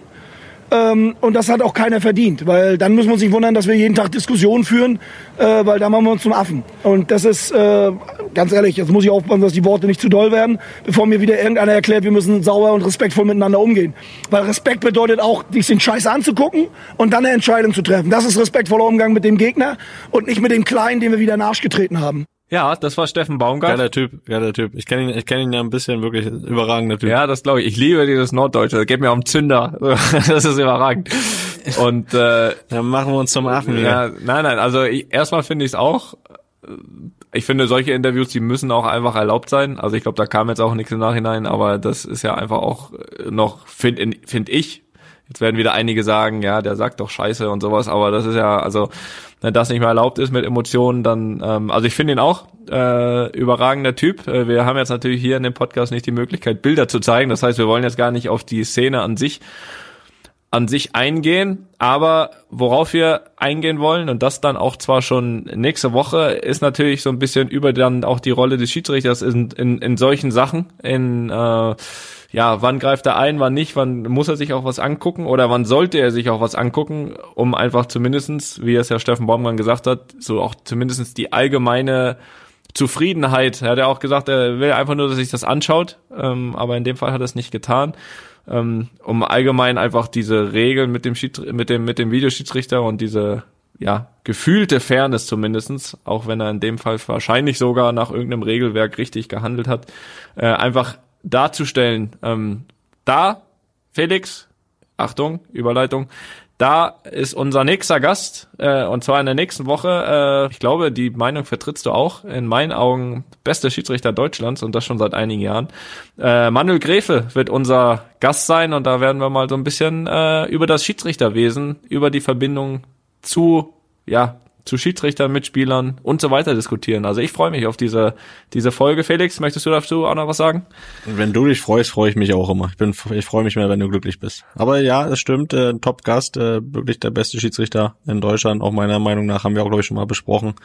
Ähm, und das hat auch keiner verdient. Weil dann müssen wir uns nicht wundern, dass wir jeden Tag Diskussionen führen. Äh, weil da machen wir uns zum Affen. Und das ist, äh, ganz ehrlich, jetzt muss ich aufpassen, dass die Worte nicht zu doll werden, bevor mir wieder irgendeiner erklärt, wir müssen sauber und respektvoll miteinander umgehen. Weil Respekt bedeutet auch, sich den Scheiß anzugucken und dann eine Entscheidung zu treffen. Das ist respektvoller Umgang mit dem Gegner und nicht mit dem Kleinen, den wir wieder in den Arsch getreten haben. Ja, das war Steffen Baumgart. Geiler Typ, geiler Typ. Ich kenne ihn, ich kenne ihn ja ein bisschen, wirklich überragender Typ. Ja, das glaube ich. Ich liebe dieses Norddeutsche. Das geht mir um Zünder. Das ist überragend. Und äh, dann machen wir uns zum Affen. Ja, nein, nein. Also ich, erstmal finde ich es auch. Ich finde, solche Interviews, die müssen auch einfach erlaubt sein. Also ich glaube, da kam jetzt auch nichts im Nachhinein, aber das ist ja einfach auch noch, finde find ich. Jetzt werden wieder einige sagen, ja, der sagt doch Scheiße und sowas, aber das ist ja, also wenn das nicht mehr erlaubt ist mit Emotionen, dann, ähm, also ich finde ihn auch äh, überragender Typ. Äh, wir haben jetzt natürlich hier in dem Podcast nicht die Möglichkeit, Bilder zu zeigen. Das heißt, wir wollen jetzt gar nicht auf die Szene an sich an sich eingehen, aber worauf wir eingehen wollen und das dann auch zwar schon nächste Woche, ist natürlich so ein bisschen über dann auch die Rolle des Schiedsrichters in, in, in solchen Sachen, in äh, ja, wann greift er ein, wann nicht, wann muss er sich auch was angucken oder wann sollte er sich auch was angucken, um einfach zumindestens, wie es ja Steffen Baumgart gesagt hat, so auch zumindestens die allgemeine Zufriedenheit. Er hat ja auch gesagt, er will einfach nur, dass sich das anschaut, ähm, aber in dem Fall hat er es nicht getan. Ähm, um allgemein einfach diese Regeln mit dem Schied, mit dem mit dem Videoschiedsrichter und diese ja gefühlte Fairness zumindestens, auch wenn er in dem Fall wahrscheinlich sogar nach irgendeinem Regelwerk richtig gehandelt hat, äh, einfach darzustellen. Ähm, da, Felix, Achtung, Überleitung, da ist unser nächster Gast, äh, und zwar in der nächsten Woche, äh, ich glaube, die Meinung vertrittst du auch, in meinen Augen bester Schiedsrichter Deutschlands und das schon seit einigen Jahren. Äh, Manuel Gräfe wird unser Gast sein und da werden wir mal so ein bisschen äh, über das Schiedsrichterwesen, über die Verbindung zu, ja, zu Schiedsrichtern, Mitspielern und so weiter diskutieren. Also ich freue mich auf diese diese Folge. Felix, möchtest du dazu auch noch was sagen? Wenn du dich freust, freue ich mich auch immer. Ich bin, ich freue mich mehr, wenn du glücklich bist. Aber ja, es stimmt, äh, ein Top-Gast, äh, wirklich der beste Schiedsrichter in Deutschland. Auch meiner Meinung nach, haben wir auch, glaube ich, schon mal besprochen.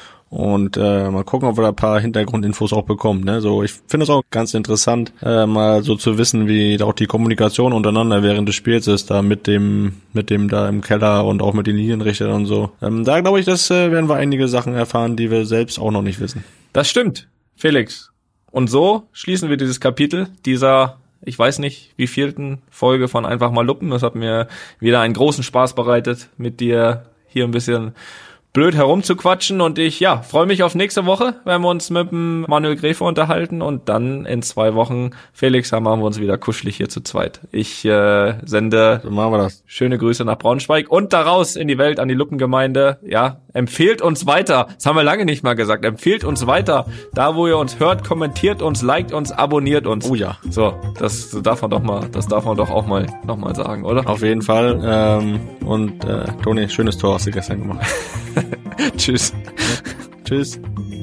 Und äh, mal gucken, ob wir da ein paar Hintergrundinfos auch bekommen. Ne? So, ich finde es auch ganz interessant, äh, mal so zu wissen, wie auch die Kommunikation untereinander während des Spiels ist, da mit dem, mit dem da im Keller und auch mit den Linienrichtern und so. Ähm, da glaube ich, das äh, werden wir einige Sachen erfahren, die wir selbst auch noch nicht wissen. Das stimmt, Felix. Und so schließen wir dieses Kapitel dieser, ich weiß nicht, wie vierten Folge von Einfach mal Luppen. Das hat mir wieder einen großen Spaß bereitet, mit dir hier ein bisschen blöd herumzuquatschen und ich, ja, freue mich auf nächste Woche, wenn wir uns mit dem Manuel Gräfe unterhalten und dann in zwei Wochen, Felix, dann machen wir uns wieder kuschelig hier zu zweit. Ich äh, sende So machen wir das. schöne Grüße nach Braunschweig und daraus in die Welt an die Luppengemeinde. Ja, empfehlt uns weiter. Das haben wir lange nicht mal gesagt. Empfehlt uns weiter. Da, wo ihr uns hört, kommentiert uns, liked uns, abonniert uns. Oh ja. So, das darf man doch mal, das darf man doch auch mal nochmal sagen, oder? Auf jeden Fall. Ähm, und äh, Toni, schönes Tor hast du gestern gemacht. Tschüss. Tschüss.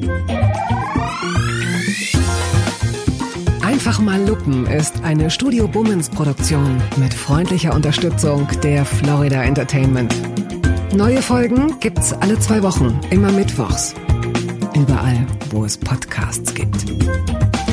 Einfach mal Luppen ist eine Studio Bummens Produktion mit freundlicher Unterstützung der Florida Entertainment. Neue Folgen gibt's alle zwei Wochen, immer mittwochs. Überall, wo es Podcasts gibt.